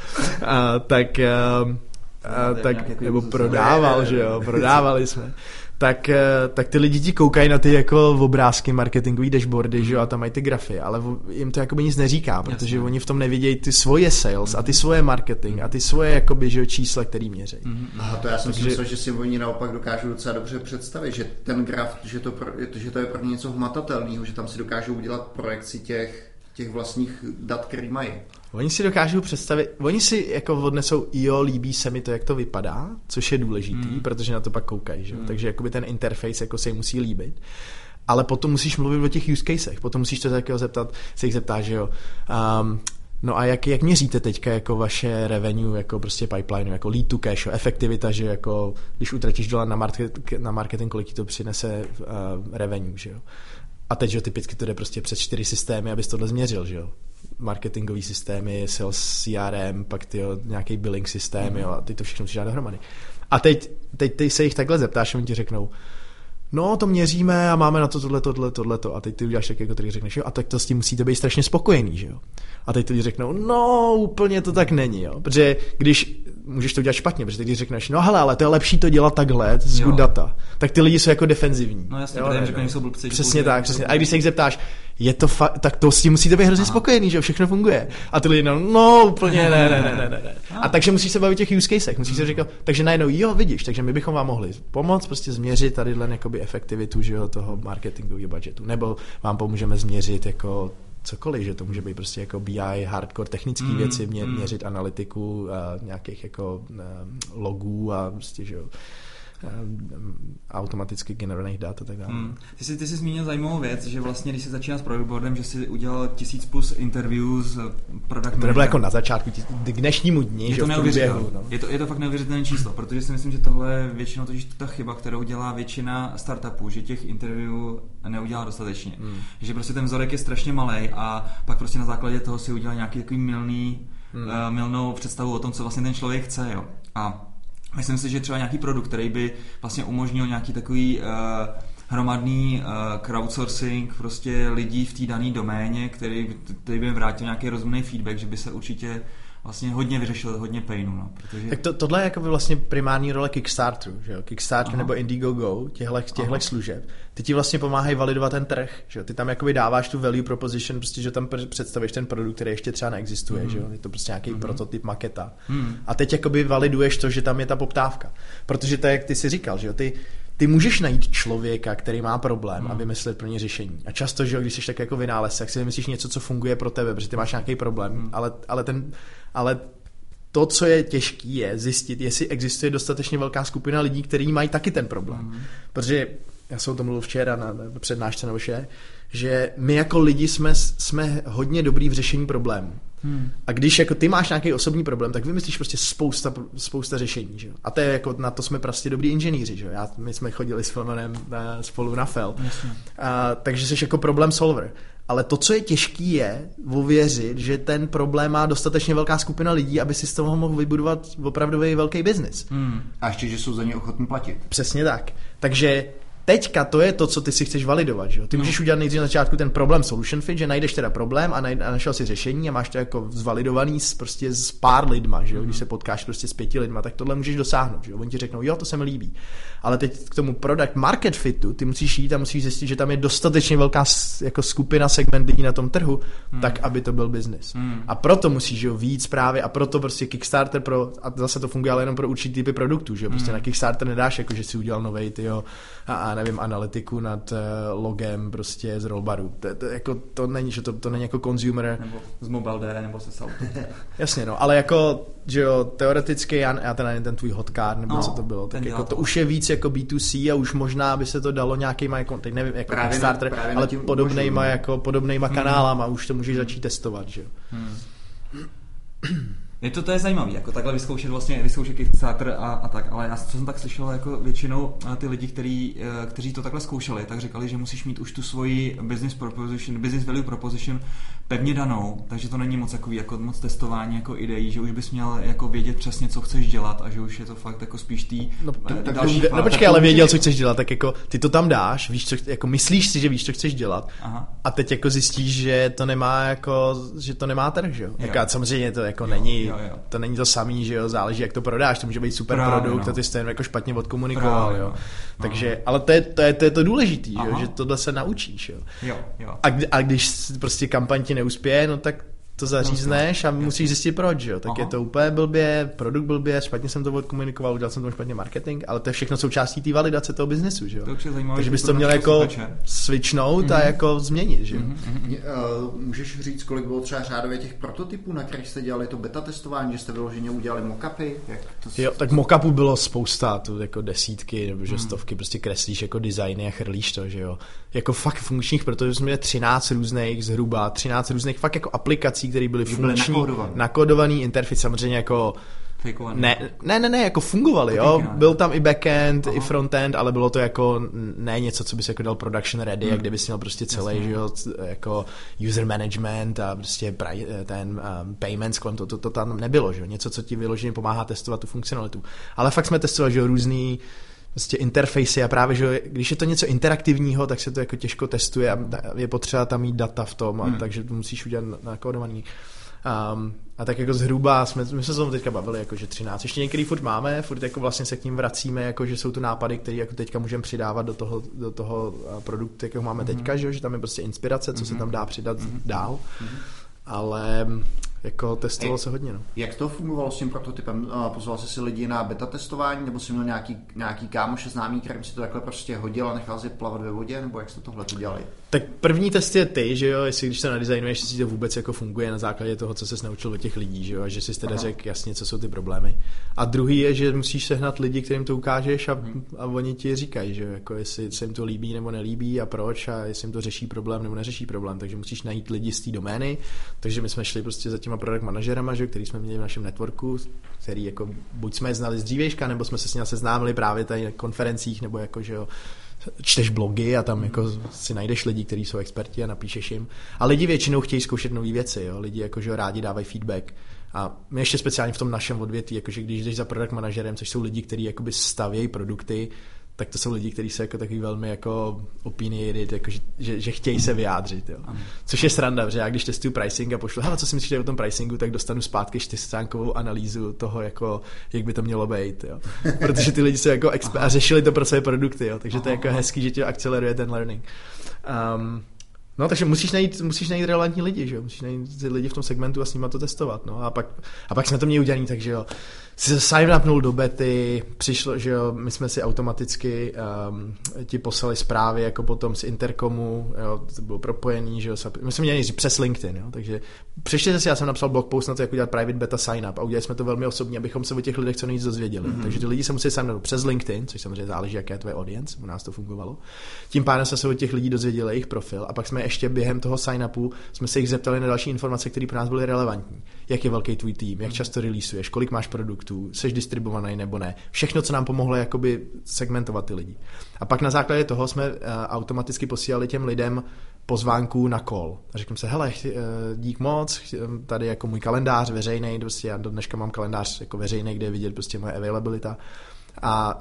Tak nebo prodával, že jo, prodávali jsme. Tak ty lidi ti koukají na ty jako obrázky, marketingový dashboardy, že jo, a tam mají ty grafy, ale jim to jakoby nic neříká, protože oni v tom nevidějí ty svoje sales a ty svoje marketing a ty svoje jakoby, že jo, čísla, který měří.
Aha, to já jsem si myslel, že si oni naopak dokážou docela dobře představit, že ten graf, že to je pro ně něco hmatatelného, že tam si dokážou udělat projekci těch vlastních dat, který mají.
Oni si dokážou představit, oni si jako odnesou, jo, líbí se mi to, jak to vypadá, což je důležitý, protože na to pak koukají, že? Takže jakoby ten interface jako se jim musí líbit. Ale potom musíš mluvit o těch use casech, potom musíš to takého se jich zeptat, že jo. No a jak měříte teďka jako vaše revenue, jako prostě pipeline, jako lead to cash, efektivita, že jako když utratíš $1 na marketing, kolik ti to přinese revenue, že jo. A teď, že typicky to jde prostě přes 4 systémy, abys tohle změřil, že jo. Marketingový systémy, sales CRM, pak nějaký billing systém, jo, a ty to všechno přijde dohromady. A teď ty se jich takhle zeptáš a oni ti řeknou, no to měříme a máme na to tohleto. A teď ty uděláš tak, jako ty řekneš, jo, a tak to s tím musíte být strašně spokojený, že jo. A teď ty řeknou, no úplně to tak není, jo. Protože když můžeš to udělat špatně, protože když řekneš, no hele, ale to je lepší to dělat takhle z Good Data, tak ty lidi jsou jako defenzivní.
No jasně, protože řeknou, že jsou blbci.
Přesně tak, přesně. A když se jich zeptáš, je to tak to s tím musíte být hrozně spokojený, že všechno funguje. A ty lidi no úplně ne. A takže musíš se bavit těch use casech, musíš se říkat, takže najednou jo, vidíš, takže my bychom vám mohli pomoct prostě změřit tadyhle jakoby efektivitu, že jo, toho marketingového budgetu, nebo vám pomůžeme změřit jako cokoliv, že to může být prostě jako BI, hardcore technické věci, měřit analytiku nějakých jako logů a prostě, že jo, automaticky generovaných dat a tak dále.
Ty jsi zmínil zajímavou věc, že vlastně, když jsi začínal s product boardem, že jsi udělal 1000+ interview s product
to nebylo jako na začátku, k dnešnímu dni, že v průběhu. No.
Je to fakt neuvěřitelné číslo, protože si myslím, že tohle je většinou totiž ta chyba, kterou dělá většina startupů, že těch interview neudělá dostatečně. Že prostě ten vzorek je strašně malej a pak prostě na základě toho si udělá nějaký takový mylnou představu o tom, co vlastně ten člověk chce, jo. A myslím si, že třeba nějaký produkt, který by vlastně umožnil nějaký takový hromadný crowdsourcing prostě lidí v té dané doméně, který by vrátil nějaký rozumný feedback, že by se určitě vlastně hodně vyřešil, hodně painu. No, protože...
Tak tohle je jako vlastně primární role Kickstarteru, že jo? Kickstarter nebo Indiegogo, těchto služeb. Ty ti vlastně pomáhají validovat ten trh, že jo? Ty tam jakoby dáváš tu value proposition, prostě, že tam představíš ten produkt, který ještě třeba neexistuje, že jo? Je to prostě nějaký prototyp, maketa. A teď jakoby validuješ to, že tam je ta poptávka. Protože to je, jak ty si říkal, že jo? Ty můžeš najít člověka, který má problém a vymyslet pro ně řešení. A často, že když jsi tak jako vynález, tak si vymyslíš něco, co funguje pro tebe, protože ty máš nějaký problém, ale to, co je těžký, je zjistit, jestli existuje dostatečně velká skupina lidí, kteří mají taky ten problém. Protože já jsem o tom mluvil včera na přednášce nebo vše, že my jako lidi jsme hodně dobrý v řešení problémů. A když jako ty máš nějaký osobní problém, tak vymyslíš prostě spousta řešení, že jo? A to je jako, na to jsme prostě dobrý inženýři, že jo? My jsme chodili s Filmanem spolu na FEL. Takže jsi jako problem solver. Ale to, co je těžký, je ověřit, že ten problém má dostatečně velká skupina lidí, aby si z toho mohl vybudovat opravdový velký biznis.
A ještě, že jsou za ně ochotní platit.
Přesně tak. Takže teďka to je to, co ty si chceš validovat. Že? Ty můžeš udělat nejdřív na začátku ten problem solution fit, že najdeš teda problém a našel si řešení a máš to jako zvalidovaný prostě s pár lidma. Že? Když se potkáš prostě s 5 lidma, tak tohle můžeš dosáhnout. Že? Oni ti řeknou, jo, to se mi líbí. Ale teď k tomu product market fitu ty musíš jít a musíš zjistit, že tam je dostatečně velká jako skupina segment lidí na tom trhu, tak aby to byl biznis. A proto musíš víc právě a proto prostě Kickstarter a zase to funguje ale jenom pro určitý typy produktů. Že? Prostě na Kickstarter nedáš, jako že si udělal novej a nevím, analytiku nad logem prostě z rollbaru. To není, že to není jako consumer.
Nebo z Mobile nebo se Sautu.
Jasně, no, ale jako, že jo, teoreticky, já ten tvůj hotcar, nebo co to bylo, tak jako to už je víc jako B2C a už možná by se to dalo nějakýma, jako, teď nevím, jako Kickstarter, ale podobnejma kanálama už to můžeš začít testovat, že jo.
To je zajímavý, jako takhle vyzkoušet Kickstarter a tak, ale já jsem tak slyšel, jako většinou ty lidi, kteří to takhle zkoušeli, tak říkali, že musíš mít už tu svoji business value proposition pevně danou, takže to není moc takový, jako moc testování jako ideí, že už bys měl jako vědět přesně, co chceš dělat a že už je to fakt jako spíš další fáze.
No počkej, ale věděl, co chceš dělat, tak jako ty to tam dáš, víš, co, jako myslíš si, že víš, co chceš dělat. A teď jako zjistíš, že to nemá jako, že to nemá trh, že jo. Jako, samozřejmě to jako není. To není to samý, že jo, záleží, jak to prodáš, to může být super produkt, a ty jsi jako špatně odkomunikoval, jo. Takže, ale to je to důležitý, jo, že tohle se naučíš, jo. A když prostě kampaň ti neuspěje, no tak to zařízneš a musíš zjistit proč, jo. Tak je to úplně blbě, produkt blbě, špatně jsem to odkomunikoval, udělal jsem tomu špatně marketing, ale to je všechno součástí té validace toho biznesu, že jo. Takže bys to měl jako switchnout a jako změnit, že jo.
Můžeš říct, kolik bylo třeba řádově těch prototypů, na kterých jste dělali to beta testování, že jste vyloženě udělali mockupy?
Jo, tak mockupů bylo spousta, to jako desítky nebo že stovky, prostě kreslíš jako designy a chrlíš to, že jo. Jako fakt funkčních, protože jsme měli 13 různých fakt jako aplikací, které byly funkční, nakodovaný interface, samozřejmě jako ne, jako fungovaly, jo. Byl tam i backend, i frontend, ale bylo to jako ne něco, co bys jako dal production ready, jak kdybys měl prostě celý, že jo, jako user management a prostě ten payments, to tam nebylo, že jo. Něco, co ti vyloženě pomáhá testovat tu funkcionalitu. Ale fakt jsme testovali, že jo, různý prostě interfejsy a právě, že když je to něco interaktivního, tak se to jako těžko testuje a je potřeba tam mít data v tom, takže to musíš udělat nakódovaný. A tak jako zhruba my se o tom teďka bavili, jako že 13. Ještě některý furt máme, furt jako vlastně se k ním vracíme, jako že jsou tu nápady, které jako teďka můžeme přidávat do toho produktu, jakého máme teďka, že tam je prostě inspirace, co se tam dá přidat dál. Ale jako testovalo se hodně. No.
Jak to fungovalo s tím prototypem? Pozval jsi si lidi na beta testování, nebo jsi měl nějaký kámoše známý, kterým si to takhle prostě hodil a nechal si plavat ve vodě, nebo jak jste tohle udělali?
Tak první test je ty, že jo, jestli když to nadizajnuješ, jestli to vůbec jako funguje na základě toho, co ses naučil od těch lidí, že jo, a že jsi teda řekl jasně, co jsou ty problémy. A druhý je, že musíš sehnat lidi, kterým to ukážeš a oni ti říkají, že jo, jako jestli se jim to líbí nebo nelíbí a proč a jestli jim to řeší problém nebo neřeší problém, takže musíš najít lidi z té domény. Takže my jsme šli prostě za těma product manažerama, že, který jsme měli v našem networku, který jako buď jsme je znali z dřívějška, nebo jsme se s nimi seznámili právě tady na konferencích, nebo jako, že jo, čteš blogy a tam jako si najdeš lidi, kteří jsou experti a napíšeš jim. A lidi většinou chtějí zkoušet nové věci, jo. Lidi jakože rádi dávají feedback. A my ještě speciálně v tom našem odvětví, jakože když jdeš za product manažerem, což jsou lidi, kteří jakoby stavějí produkty, tak to jsou lidi, kteří jsou jako takový velmi jako opinionated, jako že chtějí se vyjádřit. Jo. Což je sranda, že já když testuju pricing a pošlu, hele, co si myslíš o tom pricingu, tak dostanu zpátky 4stránkovou analýzu toho, jako, jak by to mělo být. Jo. Protože ty lidi jsou jako a řešili to pro své produkty, jo. Takže to je jako hezký, že tě akceleruje ten learning. No, takže musíš najít relevantní lidi, že jo? Musíš najít ty lidi v tom segmentu a s nima to testovat, no. A pak jsme to měli udělaný, takže jo. Si se sign upnul do bety, přišlo, že jo, my jsme si automaticky ti poslali zprávy jako potom z Intercomu, jo, to bylo propojený, že jo, my jsme měli přes LinkedIn, jo, takže přečtěte si, já jsem napsal blog post na to, jak udělat private beta sign up a udělali jsme to velmi osobně, abychom se o těch lidech co nejvíc dozvěděli. Takže ty lidi se musí sign up přes LinkedIn, což samozřejmě záleží, jaké je tvoje audience, u nás to fungovalo. Tím pádem jsme se od těch lidí dozvěděli jejich profil a pak jsme ještě během toho sign upu jsme se jich zeptali na další informace, které pro nás byly relevantní. Jak je velký tvůj tým, jak často releaseuješ, kolik máš produktů, seš distribuovaný nebo ne. Všechno, co nám pomohlo jakoby segmentovat ty lidi. A pak na základě toho jsme automaticky posílali těm lidem pozvánku na call. A řekl se, hele, dík moc, tady jako můj kalendář veřejný, prostě já do dneška mám kalendář jako veřejný, kde je vidět prostě moje availabilita. A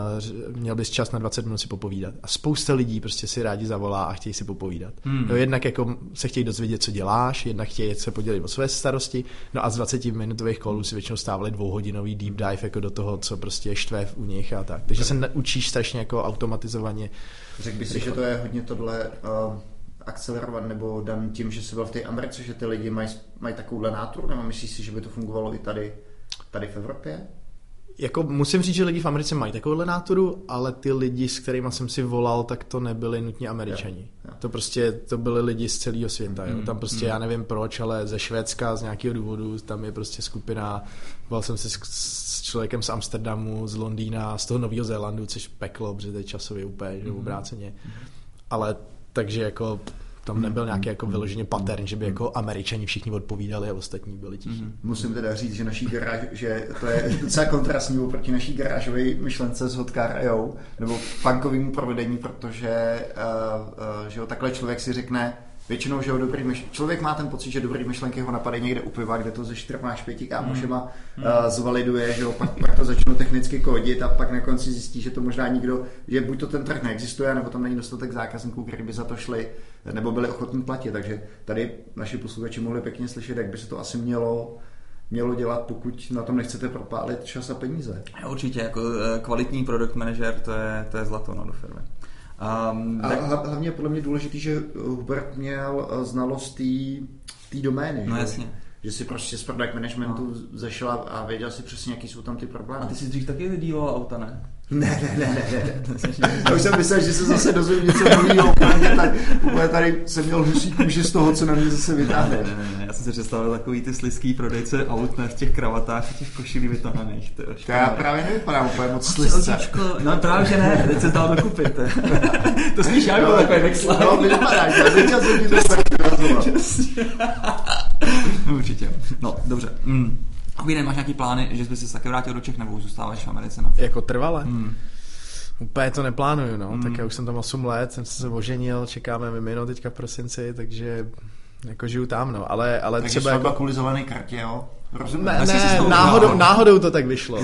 měl bys čas na 20 minut si popovídat. A spousta lidí prostě si rádi zavolá a chtějí si popovídat. No, jednak jako se chtějí dozvědět, co děláš, jednak chtějí se podělit o své starosti, no a z 20 minutových callů si většinou stávali 2hodinový deep dive jako do toho, co prostě štve u nich a tak. Takže se učíš strašně jako automatizovaně.
Řekl bys si, že to je hodně tohle akcelerovat nebo dan tím, že jsi byl v té Americe, že ty lidi mají takovouhle náturu, nebo myslíš si, že by to fungovalo i tady v Evropě?
Jako musím říct, že lidi v Americe mají takovouhle náturu, ale ty lidi, s kterými jsem si volal, tak to nebyli nutně Američani. To prostě, to byli lidi z celého světa. Jo. Tam prostě, já nevím proč, ale ze Švédska z nějakého důvodu, tam je prostě skupina, volal jsem si s člověkem z Amsterdamu, z Londýna, z toho Nového Zélandu, což peklo, protože to je časově úplně obráceně. Ale takže jako tam nebyl nějaký jako vyloženě pattern, že by jako Američani všichni odpovídali a ostatní byli tiší.
Musím teda říct, že naší garáž, že to je docela kontrastní oproti naší garážové myšlence z Hotcar.io nebo punkovému provedení, protože že jo, takhle člověk si řekne, většinou, že jo, člověk má ten pocit, že dobrý myšlenky ho napadají někde u piva, kde to ze 4-5 kámošema zvaliduje, že jo, pak to začnou technicky kódit a pak na konci zjistí, že to možná nikdo, že buď to ten trh neexistuje, nebo tam není dostatek zákazníků, kteří by za to šli, nebo byli ochotní platit. Takže tady naši posluchači mohli pěkně slyšet, jak by se to asi mělo dělat, pokud na tom nechcete propálit čas a peníze.
Určitě, jako kvalitní product manager, to je zlato do firmy.
A hlavně je podle mě důležitý, že Hubert měl znalost té domény.
No jasně.
Že si prostě z product managementu zešel a věděl si přesně, jaký jsou tam ty problémy.
A ty jsi dřív taky díloval auta, ne?
Ne. Já už jsem myslel, že se zase dozvím něco nového, tak úplně tady jsem měl husí kůži z toho, co na mě zase vytáhne.
Ne, já jsem si představil takový ty slizký prodejce aut v těch kravatách a těch košilí vytáhaných.
To já právě nevypadám úplně moc slizce.
No právě, že ne, teď se dal dokupit. To spíš já byl takový vexlák.
No, vypadáš, já nechtěl jsem ti to tak vyrazovat.
Určitě. No, dobře. Nemáš nějaký plány, že bys se taky vrátil do Čech, nebo už zůstáváš v Americe?
Jako trvale? Úplně to neplánuju, no. Tak já už jsem tam 8 let, jsem se oženil, čekáme mimino teďka v prosinci, takže jako žiju tam, no. Ale
takže
třeba
jako kulizovaný kartě, jo? Rozumím.
Náhodou to tak vyšlo.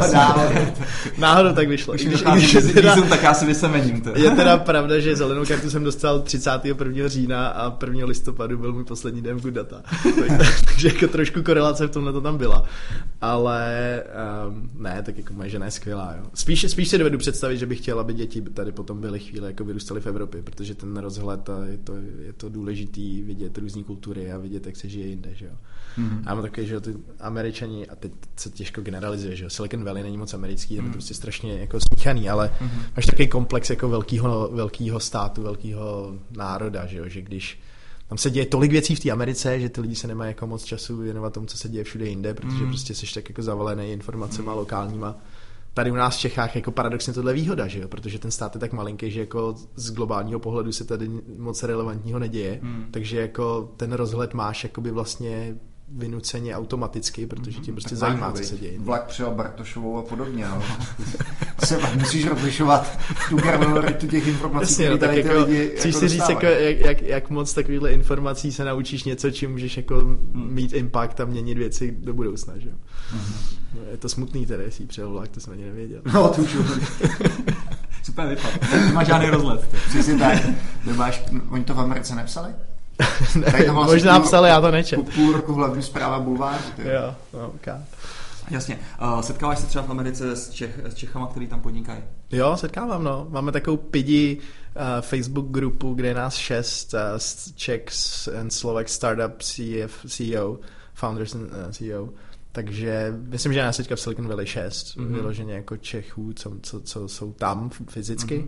Náhodou tak vyšlo.
Tak já si vysemením to.
Je teda pravda, že zelenou kartu jsem dostal 31. října a 1. listopadu byl můj poslední den v Good Data. Takže jako trošku korelace v tomhle to tam byla. Ale ne, tak jako moje žena je skvělá. Jo. Spíš si dovedu představit, že bych chtěl, aby děti tady potom byly chvíle jako vyrůstaly v Evropě, protože ten rozhled je to důležitý vidět různý kultury a vidět, jak se žije jinde, že jo. Mm-hmm. A mám takový, že ty Američani, a teď se těžko generalizuje, že jo, Silicon Valley není moc americký, je to prostě strašně jako smíchaný, ale máš takový komplex jako velkýho státu, velkýho národa, že jo, že když tam se děje tolik věcí v té Americe, že ty lidi se nemají jako moc času věnovat tomu, co se děje všude jinde, protože prostě jsi tak jako zavalený informacema lokálníma. Tady u nás v Čechách jako paradoxně tohle výhoda, že jo? Protože ten stát je tak malinký, že jako z globálního pohledu se tady moc relevantního neděje, takže jako ten rozhled máš jakoby vlastně vynuceně automaticky, protože tím prostě zajímá, co se děje.
Vlak přijel Bartošovou a podobně. No. Se musíš rozlišovat tu granularitu těch informací, které tady ty lidi
chceš si říct, jako, jak moc takovýchhle informací se naučíš něco, čím můžeš jako mít impact a měnit věci do budoucna, že jo? No, je to smutný tedy, jestli přijel vlak, to jsem ani nevěděl.
No, to už
super vypad. Nemáš žádný rozhled.
Přesně tak. Oni to v Americe nepsali?
Ne, vlastně možná psali, já to nečet.
Půl roku hlavní zpráva bulváři.
Jo, no, okay.
Jasně. Setkáváš se třeba v Americe s Čechama, který tam podnikají?
Jo, setkávám, no. Máme takovou pidi Facebook grupu, kde je nás 6 Czechs and Slovak Startup CEO, Founders and CEO. Takže myslím, že nás teďka v Silicon Valley 6, vyloženě jako Čechů, co jsou tam fyzicky.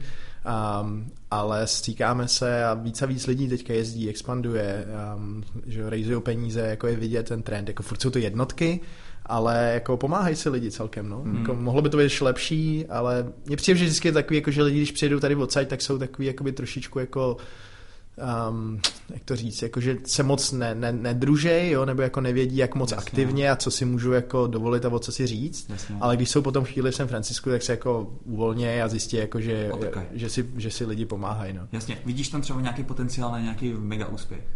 Ale stýkáme se a víc lidí teďka jezdí, expanduje, že rejzují peníze, jako je vidět ten trend, jako furt jsou to jednotky, ale jako pomáhají si lidi celkem, no. Jako mohlo by to být ještě lepší, ale mně přijde, že vždycky je takový, jako, že lidi, když přijedou tady odsaď, tak jsou takový jakoby trošičku jako jak to říct, jako, že se moc nedružej, jo, nebo jako nevědí, jak moc aktivně a co si můžu jako dovolit a o co si říct. Jasně. Ale když jsou potom chvíli v San Francisku, tak se jako uvolnějí a zjistí, jako, že si lidi pomáhají. No.
Jasně. Vidíš tam třeba nějaký potenciál na nějaký mega úspěch?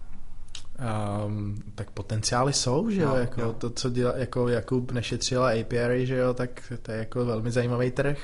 Tak potenciály jsou, že jo, jako to, co dělá, jako Jakub nešetřila API, že jo, tak to je jako velmi zajímavý trh.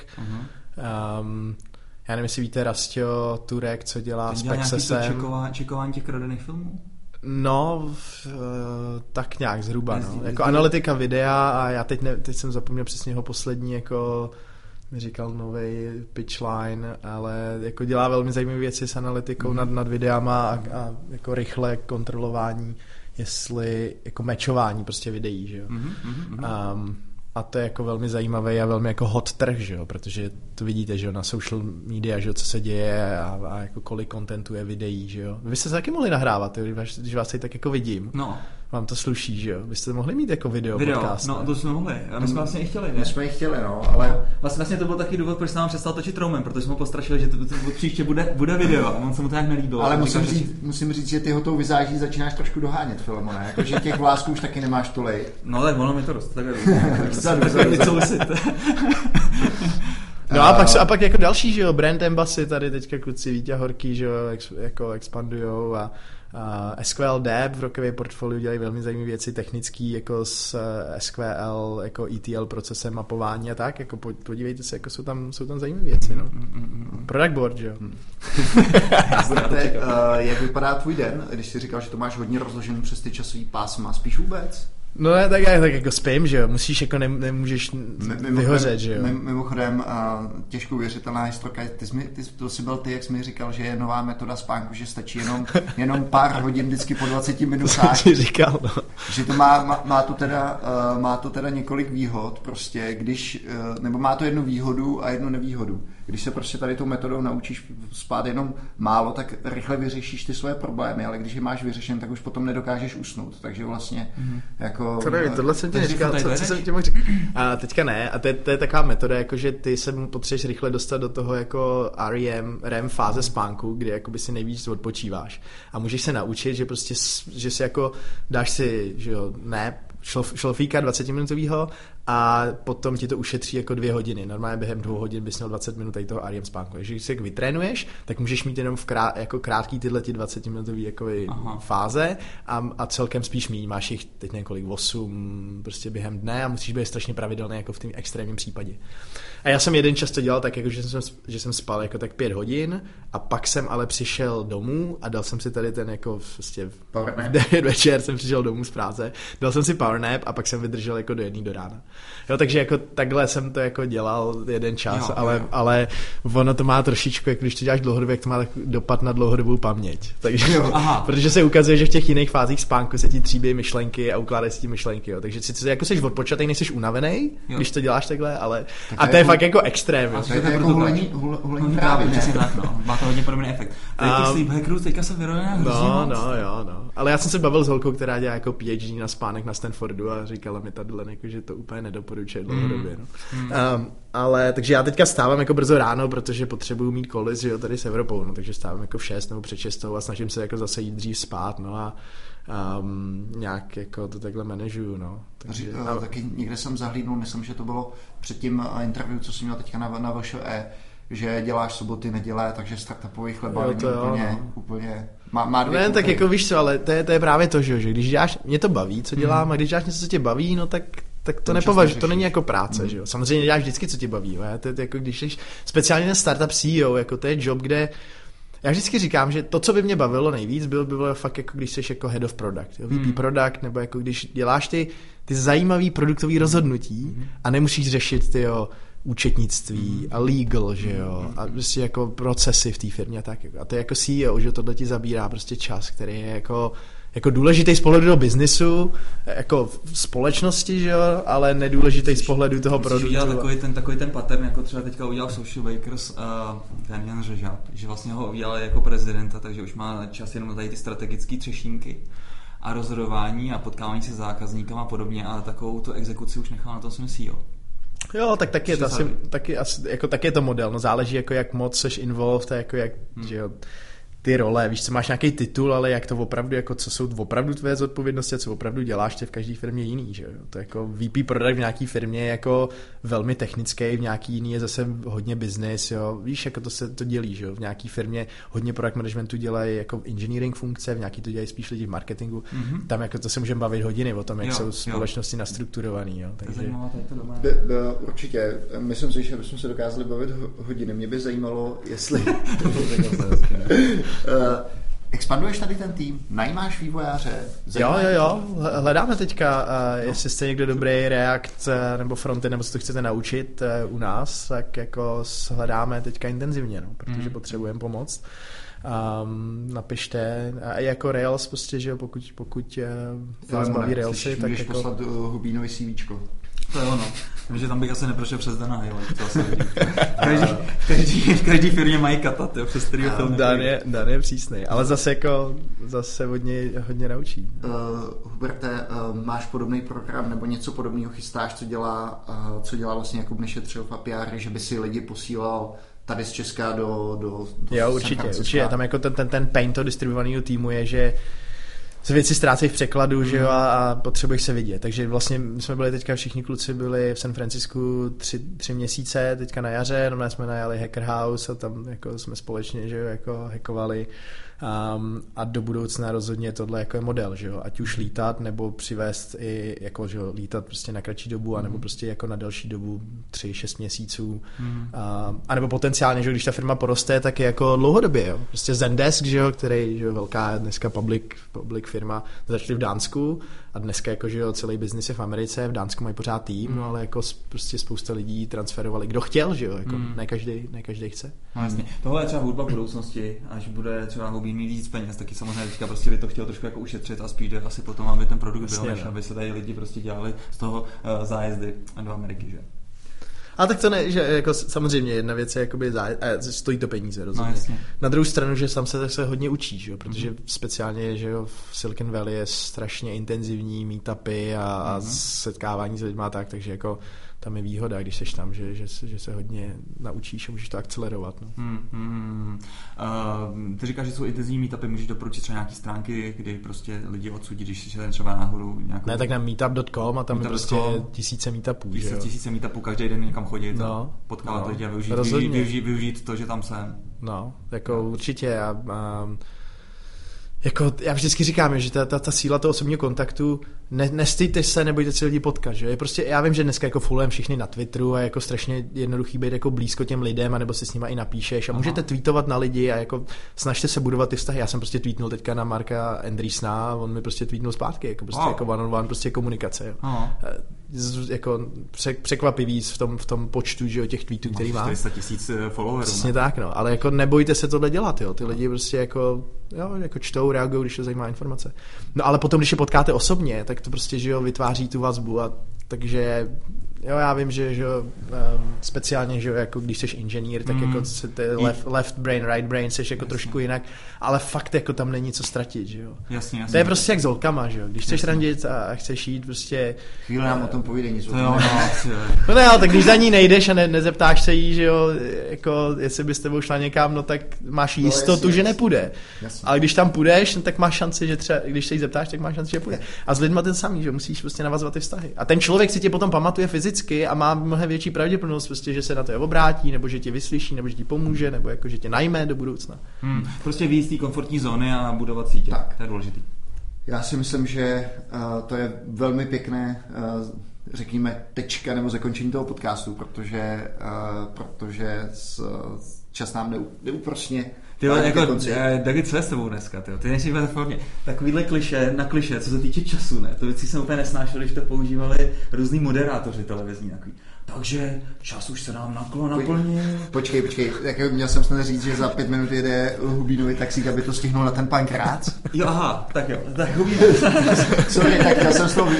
Já nevím, jestli víte Rastio Turek, co dělá s Pexesem.
Čekování těch kradených filmů?
No, tak nějak zhruba, no. Jako analytika videa a já teď jsem zapomněl přesně jeho poslední, jako mi říkal novej pitchline, ale jako dělá velmi zajímavé věci s analytikou nad videama a jako rychle kontrolování, jestli jako matchování prostě videí, že jo. A to je jako velmi zajímavé a velmi jako hot trh, že jo, protože to vidíte, že jo, na social media, že jo, co se děje a jako kolik contentu je videí, že jo. Vy jste se taky mohli nahrávat, když vás tady tak jako vidím.
No.
Vám to sluší, že jo? Vy jste mohli mít jako video podcast.
No, to jsme mohli. A my jsme vlastně i chtěli, ne?
My jsme i chtěli, no, ale...
Vlastně to byl taky důvod, proč jsem nám přestal točit Roman, protože jsme ho postrašili, že to příště bude video a on se mu to nějak nelíbilo.
Ale musím říct, že ty ho tou vizáží začínáš trošku dohánět, Filemone, jakože těch vlásků už taky nemáš tolik.
No tak ono mi to dost.
Vzadu.
No a pak jako další, že jo, brand embassy, tady teďka kluci Vítě Horký, že jo, jako expandujou a SQL Dev v rokově portfoliu dělají velmi zajímavé věci technický, jako s SQL, jako ETL procesem mapování a tak, jako podívejte se, jako jsou tam zajímavé věci, no. Product board, že jo.
Jak vypadá tvůj den, když jsi říkal, že to máš hodně rozložený přes ty časový pásma, spíš vůbec?
No ne, tak jako spím, že jo, musíš jako nemůžeš vyhořet, že jo.
Mimochodem, těžko uvěřitelná historka, to jsi byl ty, jak jsi mi říkal, že je nová metoda spánku, že stačí jenom pár hodin vždycky po 20 minutách.
Jsem ti říkal, no.
Že to má to teda několik výhod, prostě, nebo má to jednu výhodu a jednu nevýhodu. Když se prostě tady tou metodou naučíš spát jenom málo, tak rychle vyřešíš ty svoje problémy, ale když je máš vyřešen, tak už potom nedokážeš usnout. Takže vlastně jako...
To nevím, tohle jsem ti neříkal, co jsem ti mohl říct. A teďka ne, a to je taková metoda, jako že ty se potřebuješ rychle dostat do toho jako REM fáze spánku, kde jakoby si nejvíc odpočíváš. A můžeš se naučit, že prostě, že si jako dáš si, že jo, šlofíka 20 minutovýho a potom ti to ušetří jako 2 hodiny. Normálně během 2 hodin bys měl 20 minut tady toho REM spánku. Takže když se vytrénuješ, tak můžeš mít jenom jako krátký tyhle 20-minutový jako fáze a celkem spíš míň. Máš jich teď několik 8 prostě během dne a musíš být strašně pravidelný jako v tom extrémním případě. A já jsem jeden čas to dělal tak, jako, že jsem spal jako tak 5 hodin a pak jsem ale přišel domů a dal jsem si tady ten jako prostě v 9 večer jsem přišel domů z práce, dal jsem si power nap a pak jsem vydržel jako do 1 do rána. Jo, takže jako takhle jsem to jako dělal jeden čas, ale ono to má trošičku, jako když to děláš dlouhodobě, jak to má dopad na dlouhodobou paměť. Takže protože se ukazuje, že v těch jiných fázích spánku se ti tříbí myšlenky a ukládají si ti myšlenky, jo. Takže sice jako jsi odpočatý, nejseš unavený, když to děláš takhle, ale tak a to je fakt jako extrém.
A to je jako hulení právě,
přesně tak, no. Má to hodně podobný efekt. Tady těch sleep hackerů teďka se vyrojil nějak
No. Ale já jsem se bavil s holkou, která dělá jako PhD na spánek na Stanfordu a říkala mi tady, jako, že to úplně nedoporučuje dlouhodobě. No. Ale takže já teďka stávám jako brzo ráno, protože potřebuju mít kolis, že jo, tady s Evropou, no, takže stávám jako v 6 nebo před 6 a snažím se jako zase jít dřív spát, no a nějak jako to takhle manažuju, no. Takže,
taky někde jsem zahlídnul, myslím, že to bylo před tím interview, co jsem měl teďka na VŠE, že děláš soboty, neděle, takže startupový chleba není úplně má
ne, tak jako víš co, ale to je právě to, že když děláš, mě to baví, co dělám, a když děláš něco, co tě baví, no tak to nepovažuji, to není jako práce, že jo. Samozřejmě děláš vždycky, co tě baví, jo. To je jako když jsi speciálně ten startup CEO, jako to je job, kde já vždycky říkám, že to, co by mě bavilo nejvíc, by bylo fakt jako když jsi jako head of product, jo, VP product, nebo jako když děláš ty zajímavý produktový rozhodnutí a nemusíš řešit účetnictví a legal, že jo, a prostě jako procesy v té firmě a tak. A to je jako CEO, že tohle ti zabírá prostě čas, který je jako důležitý z pohledu do biznisu, jako společnosti, že jo, ale nedůležitý z pohledu toho produktu.
Udělal takový ten pattern, jako třeba teďka udělal Social Bakers ten Jan Řežáb, že vlastně ho udělal jako prezidenta, takže už má čas jenom na tady ty strategické třešínky a rozhodování a potkávání se s zákazníkama a podobně, ale takovou tu exekuci už nechal na tom svém CEO.
Jo, tak taky je to model, no záleží jako jak moc seš involved, jako jak, že jo, ty role, víš, co máš nějaký titul, ale jak to opravdu, jako co jsou opravdu tvé zodpovědnosti a co opravdu děláš, to je v každé firmě jiný, že jo. To jako VP product v nějaký firmě je jako velmi technický, v nějaký jiný je zase hodně business, jo. Víš, jako to se to dělí, že jo. V nějaký firmě hodně product managementu dělají jako engineering funkce, v nějaký to dělají spíš lidi v marketingu. Tam jako to se můžeme bavit hodiny o tom, jak jsou společnosti nastrukturovaný, jo. Takže
určitě, myslím si, že bychom se dokázali bavit hodiny. Mě by zajímalo, jestli expanduješ tady ten tým? Najímáš vývojáře?
Jo. Hledáme teďka, jestli jste někdo dobrý React nebo frontend, nebo co to chcete naučit u nás, tak jako hledáme teďka intenzivně, no, protože potřebujeme pomoct. Napište a jako Rails prostě, že jo, pokud vás baví Railsy, tak jako
poslat Hubínovi CVčko.
To je ono. Takže tam bych asi neprošel přes den highlight, to asi vidím. V každý firmě mají kata, přes kterýho film.
Dan je přísnej, ale zase hodně naučí.
Huberte, máš podobný program nebo něco podobného chystáš, co dělá vlastně Jakub Nešetřil v APR, že by si lidi posílal tady z Česka do
Jo, určitě. Tam jako ten pain toho distribuovaného týmu je, že se věci ztrácejí v překladu, že jo, a potřebuješ se vidět. Takže vlastně my jsme byli teďka, všichni kluci byli v San Francisku 3 měsíce, teďka na jaře, no jsme najali Hacker House a tam jako jsme společně, že jo, jako hackovali. A do budoucna rozhodně tohle jako je model, že jo, ať už lítat nebo přivést i jako, že jo, lítat prostě na kratší dobu, anebo prostě jako na delší dobu 3-6 měsíců. A nebo potenciálně, že když ta firma poroste, tak je jako dlouhodobě, jo. Prostě Zendesk, že jo, který, že jo, velká dneska public firma, začali v Dánsku a dneska jako, že jo, celý biznis je v Americe, v Dánsku mají pořád tým, no ale jako prostě spousta lidí transferovali, kdo chtěl, že jo, jako ne každý chce.
No jasně. Tohle je třeba hudba budoucnosti, až bude třeba Hubín mít víc peněz, taky samozřejmě teďka prostě by to chtěl trošku jako ušetřit a spíš jde asi potom, aby ten produkt byl, než aby se tady lidi prostě dělali z toho zájezdy do Ameriky, že?
Ale tak to ne, že jako samozřejmě jedna věc je jakoby stojí to peníze, rozumím.
No,
na druhou stranu, že sám se hodně učí, že jo, protože speciálně, že jo, v Silicon Valley je strašně intenzivní meetupy a setkávání s lidma tak, takže jako tam je výhoda, když seš tam, že se hodně naučíš a můžeš to akcelerovat. No.
Ty říkáš, že jsou intenzivní meetupy, můžeš doporučit třeba nějaké stránky, kdy prostě lidi odsudí, když se třeba náhodou nějakou...
Ne, tak na meetup.com a tam je prostě tisíce meetupů.
Tisíce meetupů, každý den někam chodit a potkávat lidi a využít to, že tam jsem.
No, jako určitě jako já vždycky říkám, že ta síla toho osobního kontaktu, nestýďte se, nebojte si lidi potkat, že? Prostě já vím, že dneska jako followujeme všichni na Twitteru a jako strašně jednoduchý být jako blízko těm lidem, anebo si s nima i napíšeš a můžete tweetovat na lidi a jako snažte se budovat ty vztahy. Já jsem prostě tweetnul teďka na Marka Andreessena a on mi prostě tweetnul zpátky, jako prostě jako one on one prostě komunikace, jo. Jako překvapivý v tom počtu, že jo, těch tweetů, který má.
400 000 followerů.
Přesně tak, no, ale jako nebojte se tohle dělat, jo. Ty lidi prostě jako čtou, reagují, když to zajímá informace. No ale potom, když je potkáte osobně, tak to prostě, že jo, vytváří tu vazbu a takže jo, já vím, že speciálně, že jo, jako když jsi inženýr, tak jako left brain, right brain, jsi jako trošku jinak, ale fakt jako tam není co ztratit, že jo.
Jasně.
To je prostě jak s holkama, že jo. Když chceš randit a chceš jít prostě...
Chvíli nám o tom povídej nic.
No ne, ale tak když za ní nejdeš a nezeptáš se jí, že jo, jako jestli bys s tebou šla někam, no tak máš jistotu, že nepůjde. Jasně. Ale když tam půjdeš, no, tak máš šanci, že třeba, když se jí zeptáš, tak máš šanci, že půjde. A s lidma ten samý, že musíš prostě navazovat ty vztahy. A ten člověk si tě potom pamatuje fyzicky a má mnohem větší pravděpodobnost, prostě, že se na to obrátí, nebo že tě vyslyší, nebo že ti pomůže, nebo jako, že tě najme do budoucna.
Prostě vyjít z té komfortní zóny a budovat sítě. Tak. To je důležitý.
Já si myslím, že to je velmi pěkné, řekněme, tečka nebo zakončení toho podcastu, protože čas nám neuprosně.
Tyhle, jako, Dagi, co je s tebou dneska? Ty nejsi v formě. Takovýhle klišé, co se týče času, ne? To věci jsem úplně nesnášel, když to používali různý moderátoři televizní. Takový. Takže čas už se nám naplnil.
Počkej, tak měl jsem snad říct, že za 5 minut jede Hubínovi taxík, aby to stihnul na ten Pankrác.
Jo, aha, tak Hubínovi.
Sorry, tak já jsem z toho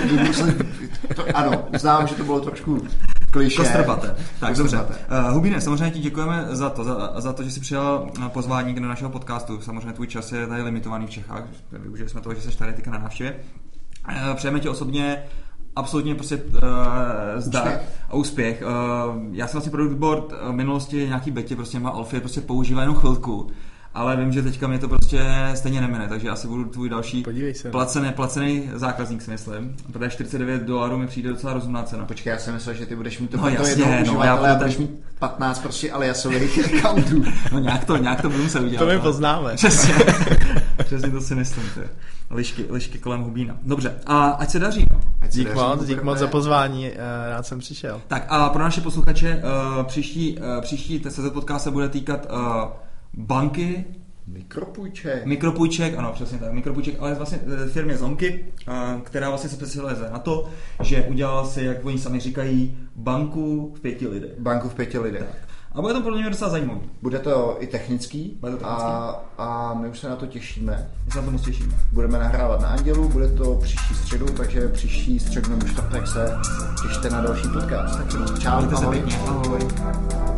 ano, uznávám, že to bylo trošku klišé.
Kostrbaté. Tak dobře. Hubíne, samozřejmě ti děkujeme za to, že jsi přijal pozvání do našeho podcastu. Samozřejmě tvůj čas je tady limitovaný v Čechách. Využili jsme toho, že jsi tady teďka na návštěvě. Přejeme ti osobně absolutně prostě zdar a úspěch. Já jsem vlastně product board v minulosti nějaký betě, prostě má Alfie, prostě používá jenom chvilku. Ale vím, že teďka mě to prostě stejně nemine, takže asi budu tvůj další placený zákazník, si myslím. Protože $49 mi přijde docela rozumná cena.
Počkej, já jsem myslel, že ty budeš mít to jednoho uživatele a budeš mít 15 prostě aliasových accountů.
No nějak to budu muset udělat.
To my poznáme.
Přesně to si myslím. Lišky kolem Hubína. Dobře, a ať se daří.
Dík moc za pozvání, rád jsem přišel.
Tak a pro naše posluchače příští TCZ podcast se bude týkat banky, mikropůjček, ano, přesně tak, mikropůjček, ale vlastně firmě Zonky, která vlastně se specializuje na to, že udělala si, jak oni sami říkají, banku v 5 lidech.
Banku v 5 lidech.
Tak. A bude to podle mě docela zajímavý.
Bude to i technický, a my už se na to těšíme.
My se na to moc těšíme.
Budeme nahrávat na Andělu, bude to příští středu, takže příští středu nebo čtvrtek se těšte na další podcast. Tak čau, ahoj.